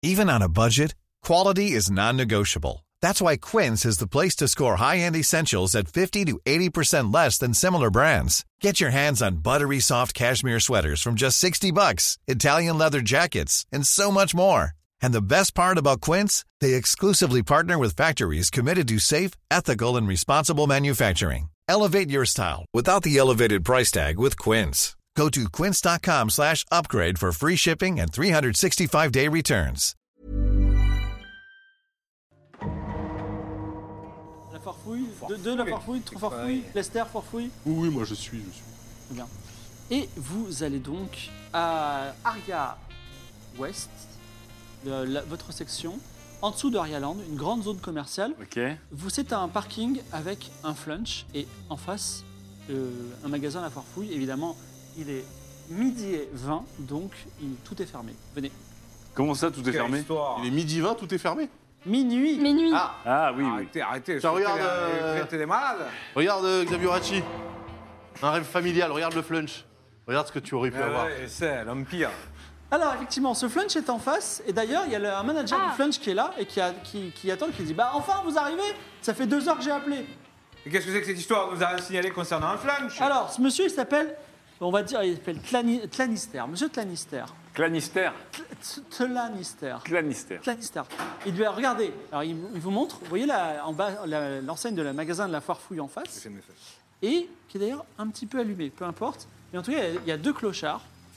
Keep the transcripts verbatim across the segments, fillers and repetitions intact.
Even on a budget, quality is non-negotiable. That's why Quince is the place to score high-end essentials at fifty to eighty percent less than similar brands. Get your hands on buttery soft cashmere sweaters from just sixty bucks, Italian leather jackets, and so much more. And the best part about Quince, they exclusively partner with factories committed to safe, ethical, and responsible manufacturing. Elevate your style without the elevated price tag with Quince. Go to quince.com slash upgrade for free shipping and three sixty-five day returns. La farfouille, deux, deux la farfouille, trois farfouilles, Lester farfouille. Oui, oui, moi je suis, je suis. Bien. Et vous allez donc à Aria West, de la- votre section, en dessous de Aria Land, une grande zone commerciale. Ok. Vous c'est un parking avec un flunch et en face euh, un magasin à la farfouille. Évidemment, il est midi et vingt, donc il- tout est fermé. Venez. Comment ça, tout est fermé? Histoire. Il est midi vingt, tout est fermé. Minuit. Minuit. Ah, Ah oui, oui. arrêtez, arrêtez. Tiens, regarde, Vous euh, êtes des malades. Regarde euh, Xavier Racci. Un rêve familial, regarde le flunch. Regarde ce que tu aurais pu Ouais, avoir. ouais, c'est l'Empire. Alors effectivement, ce flunch est en face et d'ailleurs il y a le- un manager Ah. du flunch qui est là et qui, a- qui, qui attend, qui dit bah enfin vous arrivez, ça fait deux heures que j'ai appelé. Et qu'est-ce que c'est que cette histoire que vous avez signalé concernant un flunch? Alors ce monsieur il s'appelle, on va dire il s'appelle Tlani- Tlanister, monsieur Tlanister, Clanister. Tl- Tlanister. Clanister. Tlanister. Il lui a regardé, alors il, il vous montre, vous voyez là, en bas la- l'enseigne de la magasin de la foire fouille en face et qui est d'ailleurs un petit peu allumée, peu importe. Mais en tout cas il y a deux clochards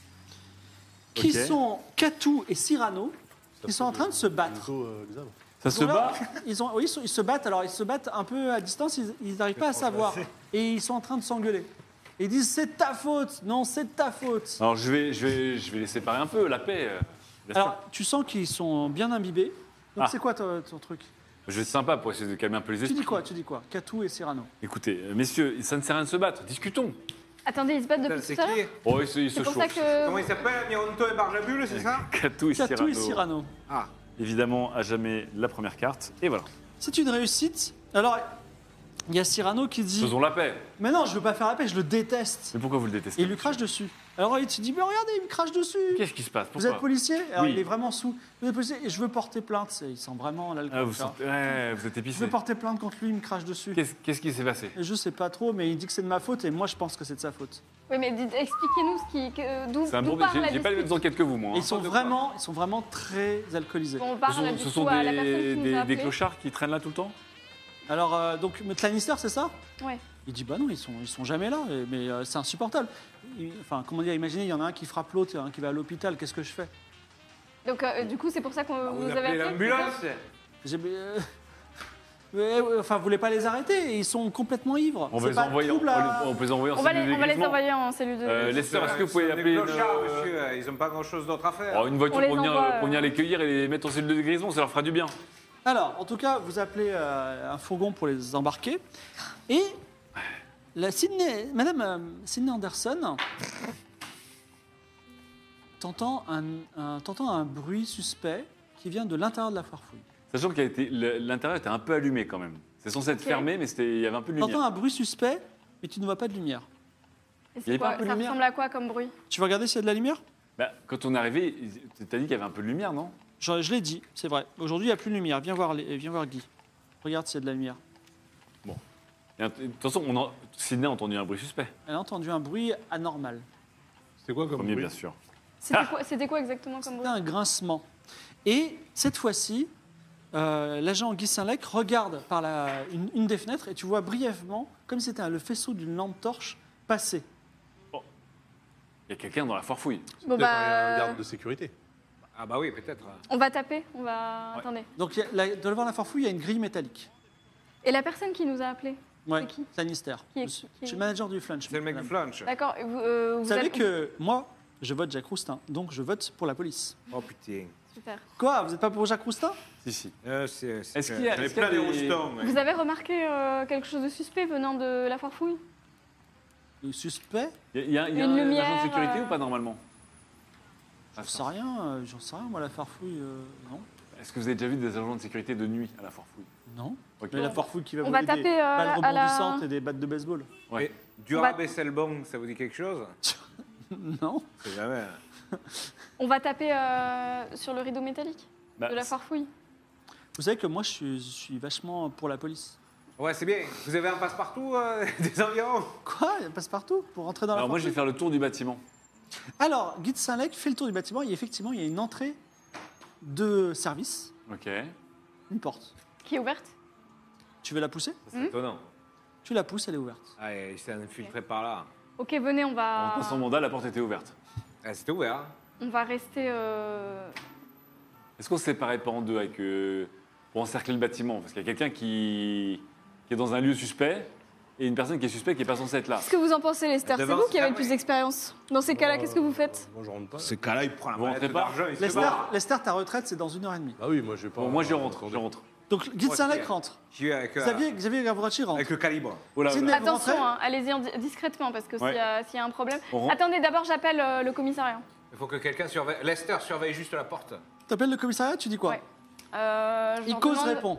qui Ok. sont Katou et Cyrano qui sont en train de se battre. Plutôt, euh, Xav. Ça Ils se sont là, bat? ils, ont, oui, ils, sont- ils se battent, alors ils se battent un peu à distance, ils- ils n'arrivent pas à savoir. Et ils sont en train de s'engueuler. Et ils disent c'est de ta faute, non c'est de ta faute. Alors je vais, je, vais, je vais les séparer un peu, la paix. euh, bien sûr. Alors tu sens qu'ils sont bien imbibés. Donc Ah. c'est quoi ton, ton truc? Je vais être sympa pour essayer de calmer un peu les Tu esprits. dis quoi? Tu dis quoi? Katou et Cyrano. Écoutez, euh, messieurs, ça ne sert à rien de se battre, discutons. Attendez, ils se battent Putain, depuis C'est tout à qui? l'heure. Oh, ils se, ils se C'est pour ça chauffent. que. Comment il s'appelle? Mironto et Barjabul, c'est ça? Katou et Katou Cyrano. et Cyrano. Ah. Évidemment, à jamais la première carte. Et voilà. C'est une réussite. Alors il y a Cyrano qui dit Faisons la paix. mais non je veux pas faire la paix, je le déteste. Mais pourquoi vous le Et détestez? il lui crache dessus. Alors il se dit mais regardez il me crache dessus. Qu'est-ce qui se passe? Vous Pourquoi? êtes policier? Alors Oui. il est vraiment sous. Vous êtes policier et je veux porter plainte. C'est- Il sent vraiment l'alcool. Ah, vous, tu vois. sentez- ouais, vous êtes Je épicé. veux porter plainte contre lui, il me crache dessus. Qu'est-ce qu'est-ce qui s'est passé? Et je sais pas trop, mais il dit que c'est de ma faute et moi je pense que c'est de sa faute. Oui, mais dites- expliquez-nous ce qui, que- d'où C'est un d'où bon. part J'ai la j'ai pas les mêmes dispute. enquêtes que vous, moi. Et hein. ils sont vraiment, ils sont vraiment très alcoolisés. On Ce parle sont, du ce coup sont à la personne des, qui nous des- a des appelés. clochards qui traînent là tout le temps? Alors euh, donc mais Tlanister, c'est ça? Ouais. Il dit bah non, ils sont, ils sont jamais là, et- mais euh, c'est insupportable. Il- Enfin comment dire, imaginez, il y en a un qui frappe l'autre, il y en a un qui va à l'hôpital, qu'est-ce que je fais? Donc, euh, du coup, c'est pour ça qu'on Ah, vous, Vous avez appelez appelé. l'ambulance? J'ai- euh, ouais, ouais, Enfin, vous voulez pas les arrêter? Ils sont complètement ivres. On C'est va les pas envoyer, on trouble peut à- les- on peut les envoyer en On va, cellule les, on va les d'églissement. envoyer en cellule de. Euh, Lester, est-ce que vous pouvez Ce sont appeler des une, clochards, euh, monsieur. Ils n'ont pas grand-chose d'autre à faire. oh, une voiture On les pour venir, envoie, pour venir euh, les cueillir et les mettre en cellule de guérison? Ça leur fera du bien. Alors, en tout cas, vous appelez euh, un fourgon pour les embarquer. Et la Sydney, Madame euh, Sydney Anderson, t'entends un, un- t'entends un bruit suspect qui vient de l'intérieur de la foire fouille. Sachant que l'intérieur était un peu allumé quand même. C'est censé être Ok. fermé, mais c'était- il y avait un peu de lumière. T'entends un bruit suspect, mais tu ne vois pas de lumière. Et Il y c'est avait pas quoi- un peu de ça lumière ressemble à quoi comme bruit? Tu veux regarder s'il y a de la lumière? Bah, quand on est arrivé, il- t'as dit qu'il y avait un peu de lumière, non? Je, je l'ai dit, c'est vrai. Aujourd'hui, il n'y a plus de lumière. Viens voir, les- viens voir Guy. Regarde s'il y a de la lumière. Et un- De toute façon, on a... Sydney a entendu un bruit suspect. Elle a entendu un bruit anormal. C'est quoi comme Premier, bruit bien sûr. C'était Ah quoi, c'était quoi exactement comme C'était bruit? un grincement. Et cette fois-ci, euh, l'agent Guy Saint-Lec regarde par la, une, une des fenêtres et tu vois brièvement, comme si c'était un- le faisceau d'une lampe torche, passer. Il y a quelqu'un dans la foire fouille. Bon, Peut-être un bah. garde de sécurité. Ah bah oui, peut-être. On va taper, on va. Ouais. Attendez. Donc il y a- là, devant la foire-fouille, il y a une grille métallique. Et la personne qui nous a appelés, Ouais, c'est qui? Lannister. Qui est- Je suis- qui est- je suis le manager du Flunch. C'est le mec du madame. flunch. D'accord, vous, euh, vous Vous savez avez- que moi, je vote Jacques Roustin, donc je vote pour la police. Oh putain. Super. Quoi, vous n'êtes pas pour Jacques Roustin? Si, si. Euh, c'est- c'est- Est-ce qu'il y a- j'en ai est-ce qu'il y a plein des des- roustons, ouais. Vous avez remarqué euh, quelque chose de suspect venant de la foire fouille? Le suspect? Il y a, il y a- il y a Une un, un agent lumière, de sécurité euh, ou pas normalement? J'en sais rien, euh, j'en sais rien, moi la farfouille, euh, non. Est-ce que vous avez déjà vu des agents de sécurité de nuit à la foire fouille? Non. Ok. Mais la farfouille qui va On voler va des taper, euh, balles à la- rebondissantes et des battes de baseball. Ouais. Et Durab et Selbon, ça vous dit quelque chose? Non. C'est jamais. On va taper euh, sur le rideau métallique. Bah, de la foire fouille. Vous savez que moi, je suis, je suis vachement pour la police. Ouais, c'est bien. Vous avez un passe-partout euh, des environs? Quoi? Il y a un passe-partout pour rentrer dans la Alors moi, foire je vais faire le tour du bâtiment. fouille. Alors, Guy de Saint-Lec fait le tour du bâtiment et effectivement, il y a une entrée de service, Ok. une porte. Qui est ouverte? Tu veux la pousser? C'est étonnant. Tu la pousses, elle est ouverte. Ah, il s'est infiltré par là. Ok, venez, on En va. passant mandat, la porte était ouverte. Ah, c'était ouvert. On va rester. euh, Est-ce qu'on se séparait pas en deux avec, euh, pour encercler le bâtiment? Parce qu'il y a quelqu'un qui, qui est dans un lieu suspect et une personne qui est suspecte qui n'est pas censée être là. Qu'est-ce que vous en pensez, Lester? C'est Devant, vous qui avez c'est le plus fermé. d'expérience. Dans ces cas-là, qu'est-ce que vous faites? Moi, je rentre pas. Ce cas-là, il prend la Vous rentrez mallette pas d'argent. il se Lester, barre. Lester, ta retraite, c'est dans une heure et demie. Ah oui, moi, je vais pas. Bon, moi, je rentre, Attendez. je rentre. Donc, Guy de Moi, Saint-Lec je- rentre. J'y vais avec, euh, Xavier, Xavier Gavrochi rentre. avec le calibre. Oh là, Sidney, vous Attention, rentrez hein, allez-y en di- discrètement parce que Ouais. s'il y, a- s'il y a un problème. On rentre. Attendez, d'abord j'appelle euh, le commissariat. Il faut que quelqu'un surveille. Lester surveille juste la porte. T'appelles le commissariat, tu dis quoi? Ouais. Euh, je leur Icos demande- répond.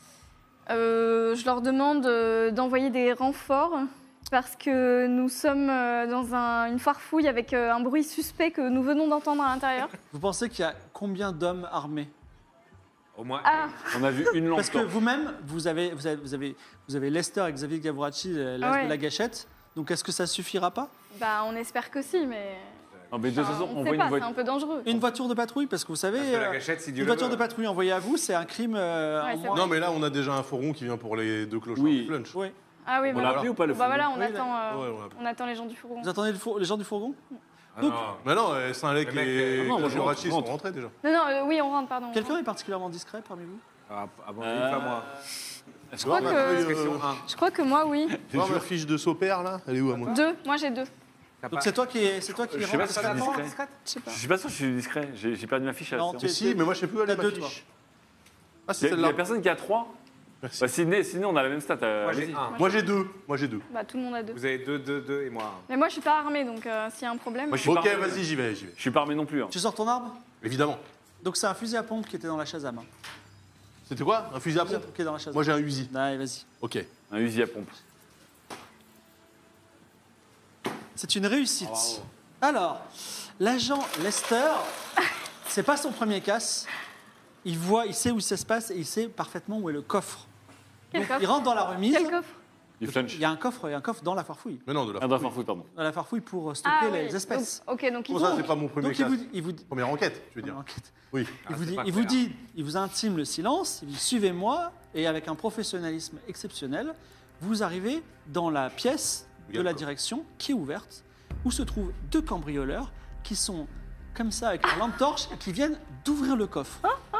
Euh, je leur demande euh, d'envoyer des renforts parce que nous sommes euh, dans un- une foire fouille avec euh, un bruit suspect que nous venons d'entendre à l'intérieur. Vous pensez qu'il y a combien d'hommes armés? Au moins. Ah, On a vu une lampe Parce que torche. vous-même, vous avez, vous, avez, vous, avez, vous avez Lester et Xavier Gavrochi, euh, l'as Ouais. de la gâchette. Donc est-ce que ça suffira pas? bah on espère que si, mais. Non, mais de toute Enfin, façon, on on ne voit sait une pas, c'est voiture. un peu dangereux. Une voiture de patrouille, parce que vous savez, Parce que la euh, gâchette, si Dieu une le voiture veut. de patrouille envoyée à vous, c'est un crime. euh, Ouais, en c'est moins. vrai. Non, mais là, on a déjà un fourgon qui vient pour les deux clochards Oui. du flunch. Oui. Ah oui, On voilà. l'a appelé ou pas le Bah voilà, on Oui, attend, euh, Ouais, on l'a- on attend les gens du fourgon. Vous attendez le four- les gens du fourgon? Ah Donc- non. Mais non, euh, Saint-Lec Le mec, et euh, non, moi, je Gavrochi rentre, sont rentrés déjà. Non, non, euh, oui, on rentre, pardon. on Quelqu'un rentre. est particulièrement discret parmi vous? Ah, ah bon, Euh, pas moi. Est-ce Je crois qu'on- que- Question un. Je crois que moi, oui. Voir ma fiche de Saupère, là. Elle est où à moi? Deux, moi j'ai deux. T'as Donc pas- c'est toi qui est, c'est toi qui Je sais rentre pas si c'est discrètement? discret. Je sais pas. Je suis pas sûr que je suis discret. J'ai j'ai perdu ma fiche à la Non, séance. tu- Mais si, mais moi, je sais plus où elle est T'as ma deux, toi. fiche. Ah, Il c'est y a- il y celle-là. a personne qui a trois. Merci. Bah, Sidney, Sidney, on a la même stat. euh, Moi, j'ai allez-y. un. Moi, j'ai deux. Moi, j'ai deux. Bah tout le monde a deux. Vous avez deux, deux, deux et moi. un. Mais moi je suis pas armée donc euh, s'il y a un problème. Moi, je suis Ok, pas- vas-y, j'y vais, j'y vais. Je suis pas armé non plus. hein. Tu sors ton arme? Évidemment. Donc c'est un fusil à pompe qui était dans la Shazam. hein. C'était quoi? Un fusil à Un fusil à pompe? pompe qui est dans la Shazam. Moi, j'ai un Uzi. Allez, vas-y. Ok. Un Uzi à pompe. C'est une réussite. Alors, l'agent Lester, c'est pas son premier casse. Il voit, il sait où ça se passe et il sait parfaitement où est le coffre. Quel Donc, coffre il rentre dans la remise. Quel coffre? Du flunch. Il y a un coffre, il y a un coffre dans la farfouille. Mais non, de la Ah, dans la farfouille, pardon. Dans la farfouille pour euh, stocker Ah les oui. espèces. Donc, ok, donc il Comment ça, faut. c'est pas mon premier Donc il cas? vous, il vous, Première enquête, tu veux dire? enquête. Oui. Ah, Il vous c'est dit, pas il vous clair. dit, il vous intime le silence, il dit suivez-moi, et avec un professionnalisme exceptionnel, vous arrivez dans la pièce Il y a de le la coffre. direction qui est ouverte, où se trouvent deux cambrioleurs qui sont comme ça avec leur lampe torche et qui viennent d'ouvrir le coffre.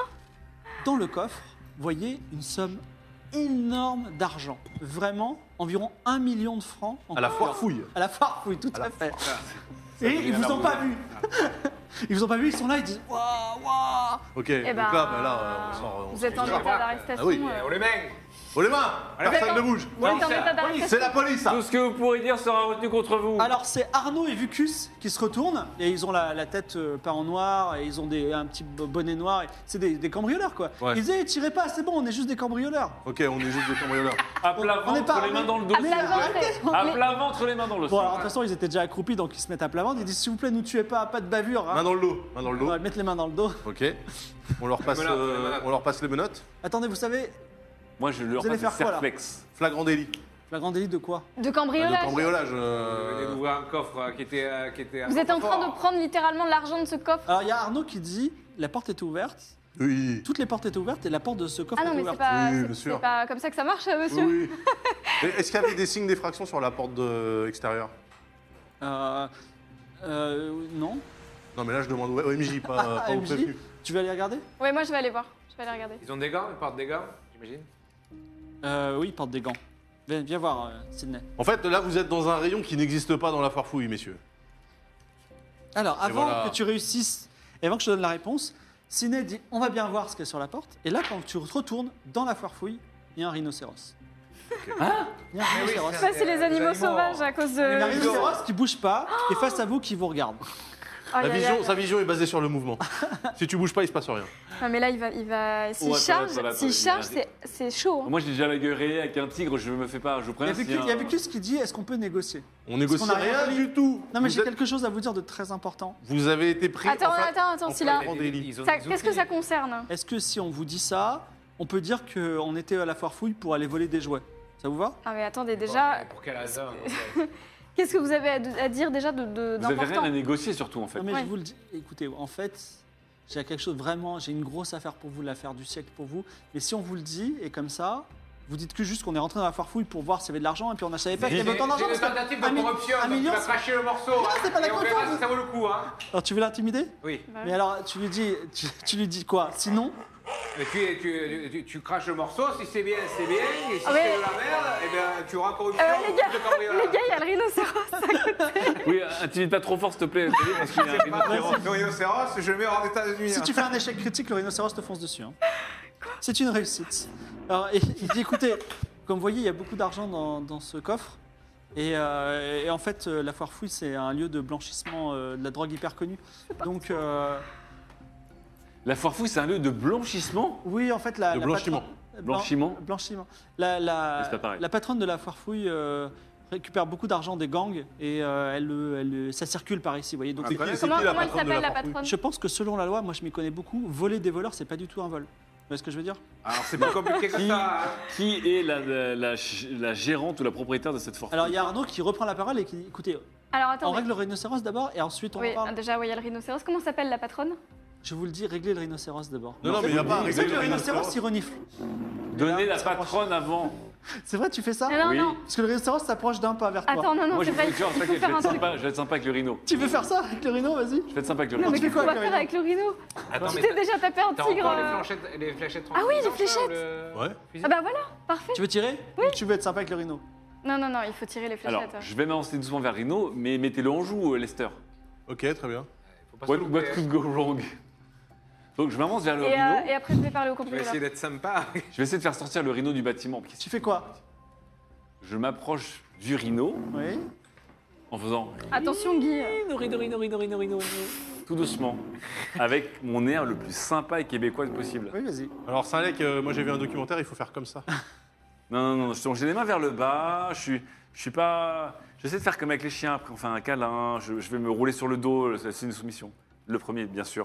Dans le coffre, vous voyez une somme énorme d'argent, vraiment environ un million de francs. en À la couleur. foire fouille. À la foire, oui, tout à, la fait. Et ils vous ont pas vu. Ils vous ont pas vu, ils sont là, ils disent waouh, waouh. Ok, Eh donc ben, là, bah, là, on sort. on Vous êtes en sort- état d'arrestation. Ah oui. euh, Oh les mains. Oh les mains! Personne Attends. ne bouge! Vous êtes en état d'arrestation. C'est la police, ça! Tout ce que vous pourrez dire sera retenu contre vous. Alors c'est Arnaud et Vucus qui se retournent et ils ont la, la tête euh, peint en noir et ils ont des, un petit bonnet noir. et C'est des, des cambrioleurs quoi. Ouais. Ils disaient eh, tirez pas, c'est bon, on est juste des cambrioleurs. Ok, on est juste des cambrioleurs. À plat On n'est pas ventre, les mains armés. dans le dos. À plat ventre. À Les- plat ventre, les mains dans le Bon dos. alors de toute façon ils étaient déjà accroupis donc ils se mettent à plat ventre. Ils disent s'il vous plaît nous tuez pas, pas de bavure. hein. Main dans le dos, main dans le On dos. va mettre les mains dans le dos. Ok. On leur passe, Les menottes, euh, les menottes. on leur passe les menottes. Attendez, vous savez, Moi, je leur Vous allez passe faire quoi, là Serflex. Flagrant délit. la grande délit de quoi? De De cambriolage. cambriolage. Vous venez euh, d'ouvrir un coffre euh, qui était. euh, qui était Vous êtes en train de prendre littéralement l'argent de ce coffre. Alors il y a Arnaud qui dit la porte était ouverte, Oui. toutes les portes étaient ouvertes et la porte de ce coffre Ah non, était mais c'est ouverte. pas, Oui, c'est- bien sûr. c'est pas comme ça que ça marche, euh, monsieur. Oui, oui. Et est-ce qu'il y avait des signes d'effraction sur la porte de- extérieure? Euh, euh, non. Non, mais là, je demande au M J, pas, Ah, pas au M J, prévenu. tu veux aller regarder? Ouais, moi je vais aller voir. Je vais aller regarder. Ils ont des gants, ils portent des gants, j'imagine. euh, Oui, ils portent des gants. Viens, viens voir, euh, Sydney. En fait, là, vous êtes dans un rayon qui n'existe pas dans la foire fouille, messieurs. Alors, avant voilà. que tu réussisses, et avant que je te donne la réponse, Sydney dit on va bien voir ce qu'il y a sur la porte. Et là, quand tu te retournes dans la foire fouille, il y a un rhinocéros. Hein Il y a un rhinocéros. c'est- Ça, c'est les les animaux animaux. sauvages à cause Il y a un de. rhinocéros qui bouge pas, qui est face à vous, qui vous regarde. Aïe, La aïe, vision, aïe. sa vision est basée sur le mouvement. Si tu bouges pas, il se passe rien. Non, mais là, il va. Il va... S'il Ouais, charge, attends, attends, s'il attends, charge, il y a- c'est c'est chaud. hein. Moi, j'ai déjà la gueule rayée avec un tigre, je me fais pas. Je vous Il y préviens. a s'il Vécus un- il y a Vécus qui dit est-ce qu'on peut négocier? On négocie qu'on a rien rien dit. du tout. Non, mais vous, j'ai êtes- quelque chose à vous dire de très important. vous avez été pris. Attends, enfin, attends, attends, enfin, Scylla. prend des lits. Ils ont Ça- des Qu'est-ce que outils. ça concerne? Est-ce que si on vous dit ça, on peut dire qu'on était à la foire fouille pour aller voler des jouets? Ça vous va? Ah, mais attendez, déjà, Bon, Pour quel hasard qu'est-ce que vous avez à, à dire déjà de, de- Vous avez rien d'important? à négocier surtout en fait. Non, mais Ouais. je vous le dis. Écoutez, en fait, j'ai quelque chose vraiment, j'ai une grosse affaire pour vous, l'affaire du siècle pour vous. Mais si on vous le dit, et comme ça, vous dites que juste qu'on est rentré dans la foire fouille pour voir s'il y avait de l'argent, et puis on ne savait pas qu'il y avait autant d'argent. C'est une parce que tentative un de mi- corruption, un donc million, tu vas c'est- cracher le morceau. Non, hein, c'est pas la et on verra contente. si ça vaut le coup. Hein. Alors tu veux l'intimider? Oui. Mais alors, tu lui dis, tu, tu lui dis quoi? Sinon, Et tu, tu, tu, tu craches le morceau, si c'est bien, c'est bien. Et si Ah, c'est mais- de la merde, eh bien, tu auras corruption. Euh, les gars, de cambriolage. les gars, il y a le rhinocéros. Oui, intimide pas trop fort s'il te plaît, Teddy, parce qu'il y a un C'est pas rhinocéros. le rhinocéros, je le mets en état de nuire. si tu fais un échec critique, le rhinocéros te fonce dessus. hein. C'est une réussite. Alors, et- il dit écoutez, comme vous voyez, il y a beaucoup d'argent dans, dans ce coffre. Et, euh, et en fait, euh, la foire fouille, c'est un lieu de blanchissement euh, de la drogue hyper connue. Donc, euh, La foire fouille, c'est un lieu de blanchissement. oui, en fait, la. De la blanchiment. patronne- Blanchiment. Blanchiment. La, la, Mais c'est pas pareil. la patronne de la foire fouille euh, récupère beaucoup d'argent des gangs et euh, elle, le- elle, le- ça circule par ici. Vous voyez. Donc, C'est qui, c'est Comment, qui la comment elle patronne de s'appelle, la foire fouille patronne? je pense que selon la loi, moi je m'y connais beaucoup, voler des voleurs, c'est pas du tout un vol. Vous voyez ce que je veux dire? Alors, c'est plus compliqué que Qui, ça. hein. qui est la, la, la, la gérante ou la propriétaire de cette foire Alors il fouille? y a Arnaud qui reprend la parole et qui dit écoutez, Alors, on attendez. règle le rhinocéros d'abord et ensuite on Oui, en parle. déjà, oui, il y a le rhinocéros. Comment s'appelle la patronne? Je vous le dis, réglez le rhinocéros d'abord. Non, non, mais il n'y a pas. C'est vrai que le rhinocéros il renifle. Donnez là, la ça approche. patronne avant. C'est vrai, tu fais ça? Non, non, Oui. non. Parce que le rhinocéros s'approche d'un pas vers toi. Attends, non, non, Moi, je c'est vais pas. être genre, Il t'inquiète, faut je vais faire un être truc. sympa, je vais être sympa avec le rhino. Tu veux faire ça avec le rhino, vas-y? Je vais être sympa avec le Non, rhino. mais tu fais qu'est-ce qu'on quoi va avec faire le avec le rhino? Attends, Tu mais t'es déjà tapé un t'as tigre. encore les euh, fléchettes, les fléchettes Ah oui, les tranquillisantes, là, fléchettes. le- Ouais. Ah bah voilà, parfait. Tu veux tirer? Oui. Ou tu veux être sympa avec le rhino? Non, non, non, il faut tirer les Alors, fléchettes. je vais m'avancer doucement vers Rhino, mais mettez-le en joue, euh, Lester. Ok, très bien. Faut pas se What, louper, what hein. could go wrong? Donc, je m'avance vers le Et, Rhino. euh, et après, je vais parler au Je vais cambrioleur. essayer d'être sympa. Je vais essayer de faire sortir le Rhino du bâtiment. Tu fais quoi? Je m'approche du Rhino Oui. en faisant Attention, Guy. Rhino, Rhino, Rhino, Rhino, Rhino, Rhino, tout doucement, avec mon air le plus sympa et québécois possible. Oui, vas-y. Alors, Salek, euh, moi j'ai vu un documentaire, il faut faire comme ça. Non, non, non, donc j'ai les mains vers le bas, je suis, je suis pas... J'essaie de faire comme avec les chiens, après on fait un câlin, je, je vais me rouler sur le dos, c'est une soumission. Le premier, bien sûr.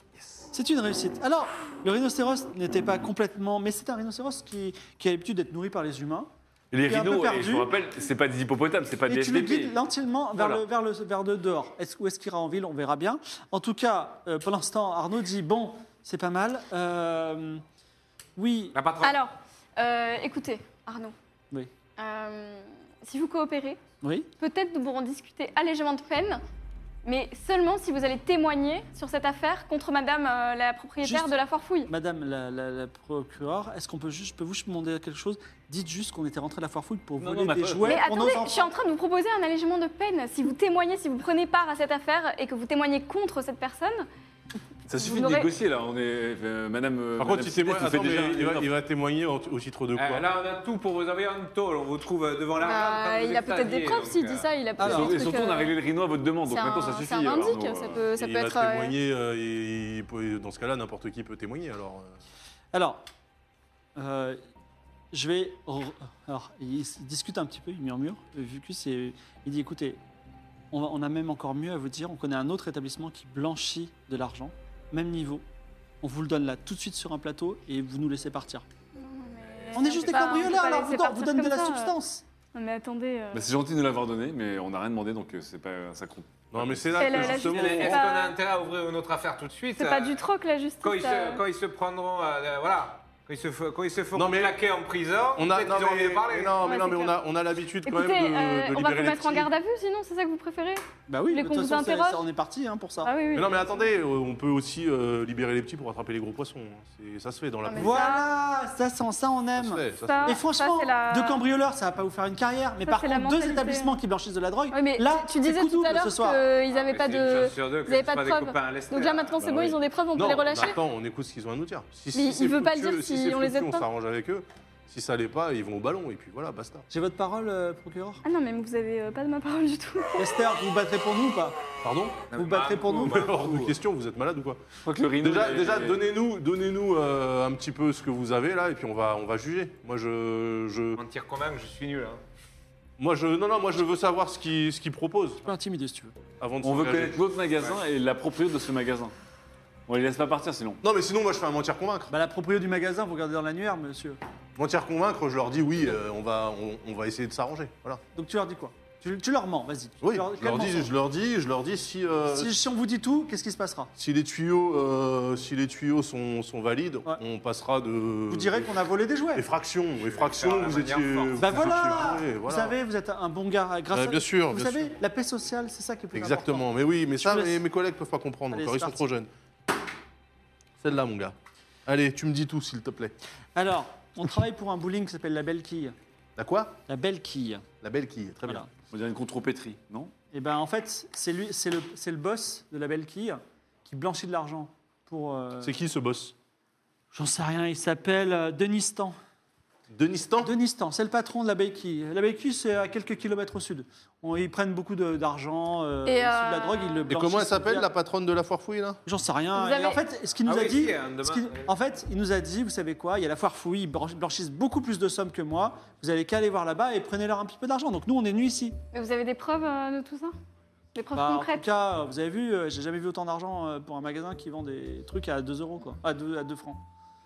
C'est une réussite. Alors, le rhinocéros n'était pas complètement. Mais c'est un rhinocéros qui, qui a l'habitude d'être nourri par les humains. Et les Il est un peu rhinos, et perdu. je vous rappelle, c'est pas des hippopotames, c'est pas des Et tu le S V P. guides lentement vers, Voilà. le, vers, le, vers le dehors. Est-ce, où est-ce qu'il ira en ville? On verra bien. En tout cas, euh, pour l'instant, Arnaud dit bon, c'est pas mal. Euh, oui. La patronne. Alors, euh, écoutez, Arnaud. Oui. Euh, si vous coopérez, Oui. peut-être nous pourrons discuter allègement de peine, mais seulement si vous allez témoigner sur cette affaire contre Madame euh, la propriétaire Juste- de la foire fouille. Madame la, la, la procureure, est-ce qu'on peut juste, je peux vous juste demander quelque chose? Dites juste qu'on était rentré à la foire fouille pour Non, voler non, des mais- jouets Mais pour nos attendez, enfants. je suis en train de vous proposer un allègement de peine. Si vous témoignez, si vous prenez part à cette affaire et que vous témoignez contre cette personne, Ça suffit Vous de n'aurez- négocier là, on est... euh, Madame... euh, Par Madame contre, il témoigne. Cité, Attends, vous faites mais déjà il va, une il va témoigner au, au titre de quoi? Euh, là, on a tout pour vous envoyer en tôle. On vous trouve devant la bah, il a peut-être des preuves s'il dit ça. Il a peut-être Alors, des Et trucs, surtout, on a euh, réglé le rhino à votre demande, donc c'est maintenant un- ça suffit. C'est un indique, Arnaud. ça peut, ça il peut va être. euh, témoigner, euh, et il peut- dans ce cas-là, n'importe qui peut témoigner. Alors, euh. Alors, euh, je vais. re- Alors, il, s- il discute un petit peu, il murmure. euh, Vu que c'est. Il dit écoutez, on, va- on a même encore mieux à vous dire. On connaît un autre établissement qui blanchit de l'argent, même niveau. On vous le donne là tout de suite sur un plateau et vous nous laissez partir. mais On est juste peut des pas- on peut cambrioleurs, pas alors laisser vous, on vous partir donne de comme la ça. substance. Non, mais attendez. euh, Bah, c'est gentil de nous l'avoir donné, mais on n'a rien demandé, donc euh, c'est pas, ça compte. Non, mais c'est là C'est que la- la justement. justice, Est-ce c'est qu'on pas- a intérêt à ouvrir une autre affaire tout de suite C'est pas euh, du troc la justice. Quand ils, euh. se, quand ils se prendront, euh, voilà, quand ils se, f- quand ils se feront Non, mais- claquer en prison, On a, peut-être non, qu'ils auront mais, mieux parlé. mais non, mais, Ouais, non, c'est mais on clair. a, on a l'habitude quand Écoutez, même de, euh, de on va libérer vous les mettre en petits. garde à vue, sinon c'est ça que vous préférez? Bah oui, voulez de qu'on toute vous façon, c'est- interroge ça, on est parti hein, pour ça. Ah oui, oui. Mais non, mais attendez, euh, on peut aussi euh, libérer les petits pour attraper les gros poissons. C'est- Ça se fait dans la Ah, mais vie. Voilà, ça, ça, ça, on Ça aime. se fait, ça se Ça- fait. Et franchement, c'est la- deux cambrioleurs, ça va pas vous faire une carrière. Mais Ça, par c'est la contre, deux mentalité. établissements qui blanchissent de la drogue, Oui, mais là, tu c'est disais coup tout à double l'heure ce soir. qu'ils n'avaient Mais pas c'est une de. chance sur deux que Vous n'avez ce pas soit de des preuves. copains à Lester. Donc là maintenant c'est Bah bon, oui. ils ont des preuves, on Non, peut les relâcher. attends, on écoute ce qu'ils ont à nous dire. Si, Mais si il c'est veut pas le fructueux- dire si si c'est on les fructueux, aide on pas. s'arrange avec eux. Si ça l'est pas, ils vont au ballon et puis voilà, basta. J'ai votre parole, euh, procureur. Ah non, mais vous avez euh, pas de ma parole du tout. Esther, vous vous battrez pour nous ou pas? Pardon? Vous vous battrez pour nous? Hors de question, vous êtes malade ou quoi? Je crois que le rhino. Déjà, il est- déjà donnez-nous donnez-nous euh, un petit peu ce que vous avez là et puis on va, on va juger. Moi je. je... Mentir convaincre, je suis nul. Hein. Moi je. Non, non, moi je veux savoir ce qu'ils ce qu'ils proposent Tu peux intimider si tu veux. avant de On veut s'engager. connaître l'autre magasin et la propriété de ce magasin. On les laisse pas partir sinon. Non, mais sinon, moi je fais un mentir convaincre. Bah, la propriété du magasin, vous regardez dans l'annuaire, monsieur. Mentir convaincre, je leur dis oui, euh, on, va, on, on va essayer de s'arranger. Voilà. Donc tu leur dis quoi? tu, tu leur mens, vas-y. Oui, Tu leur- je leur, quel dis, mensonge je leur dis, je leur dis si, euh, si, si on vous dit tout, qu'est-ce qui se passera? si les tuyaux, euh, si les tuyaux sont, sont valides, Ouais. on passera de. Vous direz qu'on a volé des jouets. Effraction, effraction, Faire la vous étiez. manière forte. vous Bah étiez voilà, bourré, Vous voilà. savez, vous êtes un bon gars. Grâce Ouais, à... bien sûr, Vous bien savez, sûr. la paix sociale, c'est ça qui est plus Exactement, important. mais oui, mais Je ça, vous laisse. mes, mes collègues peuvent pas comprendre Allez, encore, c'est ils sont parti. trop jeunes. Celle-là, mon gars. Allez, tu me dis tout, s'il te plaît. Alors, on travaille pour un bowling qui s'appelle la Belle Quille. La quoi? La Belle Quille. La belle quille, très Voilà. bien. On dirait une contrepétrie, non? Et ben en fait, c'est lui, c'est le, c'est le boss de la Belle Quille qui blanchit de l'argent pour. euh, C'est qui ce boss? J'en sais rien. Il s'appelle euh, Denistan. Denistan? Denistan, c'est le patron de la Belle Quille. La Belle Quille, c'est à quelques kilomètres au sud. On- ils prennent beaucoup de- d'argent. Euh, Et, issu de la euh, drogue, ils le Et blanchissent. comment elle s'appelle, via- la patronne de la foire fouille, là? J'en sais rien. Vous Et avez- en fait, ce qu'il nous Ah a oui, dit, si, hein, demain. ce qu'il- en fait, il nous a dit, vous savez quoi, il y a la foire fouille, ils blanch- blanchissent beaucoup plus de sommes que moi. Vous allez qu'à aller voir là-bas et prenez-leur un petit peu d'argent. Donc nous, on est venus ici. Mais vous avez des preuves euh, de tout ça? Des preuves Bah, en tout concrètes? cas, vous avez vu, euh, j'ai jamais vu autant d'argent euh, pour un magasin qui vend des trucs à deux euros, quoi, à deux, à deux francs.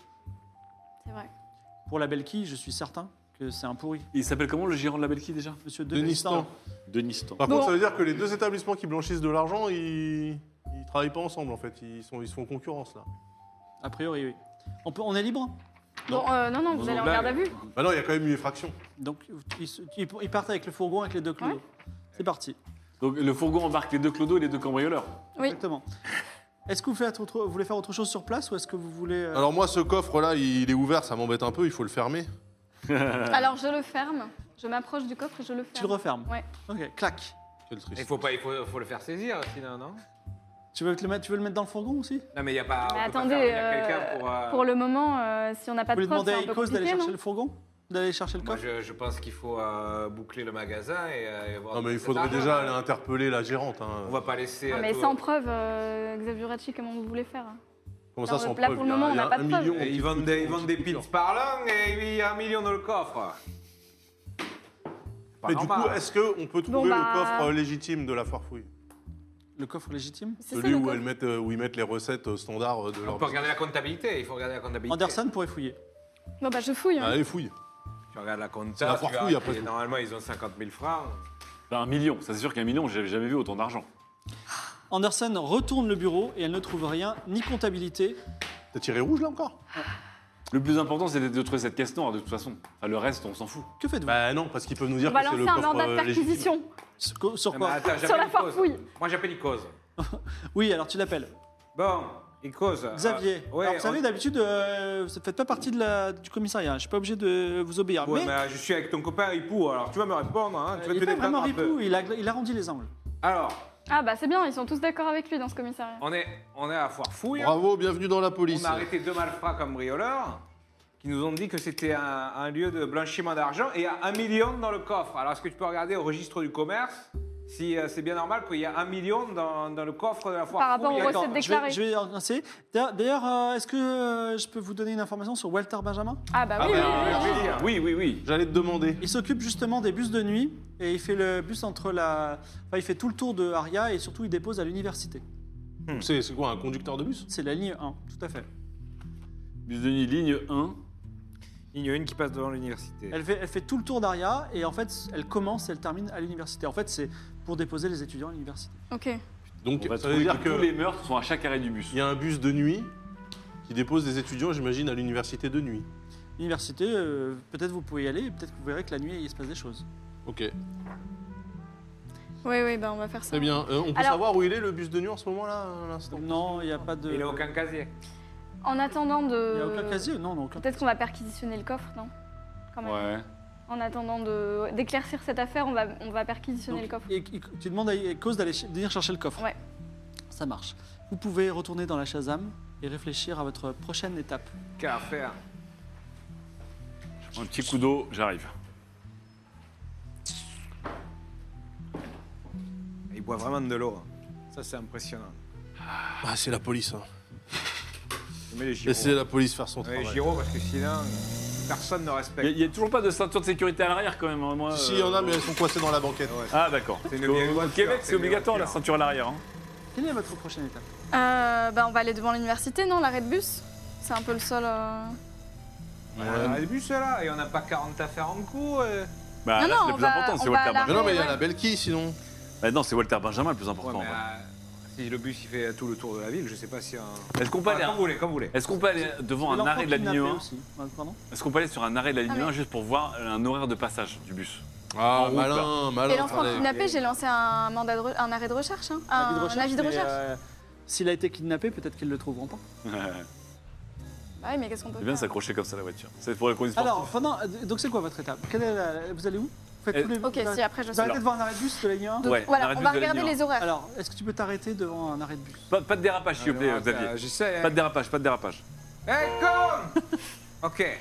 C'est vrai. Pour la Belle Quille, je suis certain que c'est un pourri. Il s'appelle comment le gérant de la belle quille déjà? Monsieur Denistan. Denistan. Par Bon. contre, ça veut dire que les deux établissements qui blanchissent de l'argent, ils... ils travaillent pas ensemble, en fait. Ils, sont... ils se font concurrence, là. A priori, oui. On, peut, on est libre. Bon, euh, non, non, vous Non, allez non, en là, garde à vue. Bah non, il y a quand même une effraction. Donc, ils, se- ils- ils partent avec le fourgon avec les deux clodos. C'est parti. Donc le fourgon embarque les deux clodos et les deux cambrioleurs. Oui. Exactement. Est-ce que vous, faites autre- vous voulez faire autre chose sur place ou est-ce que vous voulez... euh, Alors moi, ce coffre-là, il est ouvert, ça m'embête un peu, il faut le fermer. Alors je le ferme. Je m'approche du coffre et je le ferme. Tu le refermes. Ouais. Ok, clac. Quel triste. Il faut, pas, il faut, faut le faire saisir, sinon, non? Tu veux, te le mettre, tu veux le mettre dans le fourgon aussi? Non, mais il n'y a pas. Mais on peut pas attendez, faire venir euh, quelqu'un pour. euh, Pour le moment, euh, si on n'a pas Vous de voulez preuves, demander c'est à un peu Icos d'aller compliqué, chercher non? le fourgon? D'aller chercher le Moi, coffre? je, je pense qu'il faut euh, boucler le magasin et, euh, et voir. Non, mais il cet faudrait argent. déjà aller interpeller la gérante. Hein. On va pas laisser. Non, euh, mais tout- sans preuve, euh, Xavier Racci, comment vous voulez faire? Comment Non, ça, sans là, preuve pour le Il y a- moment, on il y a n'a pas de un preuve. million en Et ils petites vendent des, ils coupures, vendent des en petites pins coupures. parlants et il y a un million dans le coffre. Pas Mais du coup, normal. est-ce qu'on peut trouver Bon, bah- le coffre euh, légitime de la foire fouille? Le coffre légitime? C'est ça Celui le où, coffre. elles mettent, euh, où ils mettent les recettes euh, standards euh, de On leur peut regarder la comptabilité, il faut regarder la comptabilité. Anderson pourrait fouiller. Bon, bah je fouille. hein. Allez, fouille. Tu regardes la compta, C'est la tu foire verras fouille, que après tout. Normalement, ils ont cinquante mille francs. Ben, un million, ça c'est sûr qu'un million, j'avais jamais vu autant d'argent. Anderson retourne le bureau et elle ne trouve rien, ni comptabilité. T'as tiré rouge là encore? Le plus important c'était de trouver cette caisse noire de toute façon. Enfin, le reste on s'en fout. Que faites-vous? Bah non, parce qu'ils peuvent nous dire On va que c'est le lancer un coffre mandat de euh, légitime. perquisition. Sur sur Non, quoi? mais attends, Sur j'appelle la foire Icos. fouille. Moi, j'appelle Icos. Oui, alors tu l'appelles. Bon, Icos. euh, Xavier. ouais, alors, vous savez, on- d'habitude, euh, vous ne faites pas partie de la, du commissariat. Je ne suis pas obligé de vous obéir. Ouais, mais mais je suis avec ton copain Ripou, alors tu vas me répondre, hein, tu euh, vas il te n'est pas détendre vraiment un peu. ripou, il, a, il arrondit les angles. Alors, Ah bah c'est bien, ils sont tous d'accord avec lui dans ce commissariat. on est, on est à Foire Fouille. Bravo, bienvenue dans la police. On a arrêté deux malfrats cambrioleurs qui nous ont dit que c'était un, un lieu de blanchiment d'argent et il y a un million dans le coffre. Alors, est-ce que tu peux regarder au registre du commerce si euh, c'est bien normal qu'il y ait un million dans, dans le coffre de la Foire Par rapport Fouille aux D'accord. recettes je vais, déclarées. je vais lancer. D'ailleurs, D'ailleurs, euh, est-ce que euh, je peux vous donner une information sur Walter Benjamin? Ah bah Ah oui, ben, oui, oui, avec oui. plaisir. Oui, oui, oui. J'allais te demander. Il s'occupe justement des bus de nuit et il fait le bus entre la. Enfin, il fait tout le tour de Aria et surtout il dépose à l'université. C'est c'est quoi, un conducteur de bus? C'est la ligne un, tout à fait. Bus de nuit, ligne un. Il y a une qui passe devant l'université. Elle fait, elle fait tout le tour d'Aria et en fait, elle commence et elle termine à l'université. En fait, c'est pour déposer les étudiants à l'université. Ok. Donc On va ça veut trouver dire que, tous qu'il les meurtres sont à chaque arrêt du bus. y a un bus de nuit qui dépose des étudiants, j'imagine, à l'université de nuit. L'université, euh, peut-être vous pouvez y aller et peut-être que vous verrez que la nuit, il se passe des choses. Ok, Oui, oui, bah on va faire ça. très bien. Euh, on peut Alors- savoir où il est le bus de nuit en ce moment-là, à l'instant? Non, il n'y a pas de. Il n'a aucun casier. En attendant de... Il n'y a aucun casier? Non, non, aucun. Peut-être qu'on va perquisitionner le coffre, non? Quand même. Ouais. En attendant de... d'éclaircir cette affaire, on va, on va perquisitionner Donc, le coffre. et- et- tu demandes à cause d'aller ch- de venir chercher le coffre. Ouais. Ça marche. Vous pouvez retourner dans la Shazam et réfléchir à votre prochaine étape. Qu'à faire? Un petit coup d'eau, j'arrive. Il boit vraiment de l'eau. Ça, c'est impressionnant. Ah, c'est la police. Hein. Je mets les gyros. Laissez la police faire son Ouais, les travail. gyros, parce que sinon, personne ne respecte. Il n'y a, toujours pas de ceinture de sécurité à l'arrière quand même. Hein, moi, Si, il y en a, mais elles sont coincées dans la banquette. Ouais, Ah d'accord. C'est une Au- vieille Au voiture, Québec, c'est c'est une obligatoire la voiture. ceinture à l'arrière. Hein. Quelle est votre prochaine étape Euh, bah, on va aller devant l'université, non l'arrêt de bus. C'est un peu le seul. euh, Ouais, on a le bus là, et on n'a pas quarante affaires en cours. euh. Bah, Non, là, non, c'est le on plus va- important, c'est on va Walter à la- Mais Benjamin. non, mais il y a ouais. la belle qui sinon. Bah, non, c'est Walter Benjamin le plus Ouais, important. mais, en vrai. euh, si le bus il fait tout le tour de la ville, je sais pas si un. Est-ce qu'on peut Ah, aller, comme vous voulez, comme vous voulez. est-ce qu'on peut aller devant un L'enfant arrêt de la ligne kidnappé un aussi. Ouais, Pardon Est-ce qu'on peut aller sur un arrêt de la ligne Ah, mais- un juste pour voir un horaire de passage du bus? Ah, En route, malin, malin. Et l'enfant attendez. kidnappé, j'ai lancé un mandat de re- un arrêt de recherche, hein. Un avis de un, recherche, avis de mais, recherche. euh, S'il a été kidnappé, peut-être qu'ils le trouveront pas. Bah oui, mais qu'est-ce qu'on peut C'est bien de faire s'accrocher comme ça à la voiture. C'est pour la conduite Alors, sportive. pendant, donc c'est quoi votre étape Quelle est la- Vous allez où Vous faites Euh, tous les Ok, vous si après je Vous sais. arrêtez devant un arrêt de bus de la ligne un Donc, Ouais, voilà, l'arrêt de on bus va de la regarder ligne les horaires. Alors, est-ce que tu peux t'arrêter devant un arrêt de bus Pas, pas de dérapage, s'il vous plaît, Alors, Xavier. euh, J'essaie. Pas de dérapage, pas de dérapage. Hé, con Ok.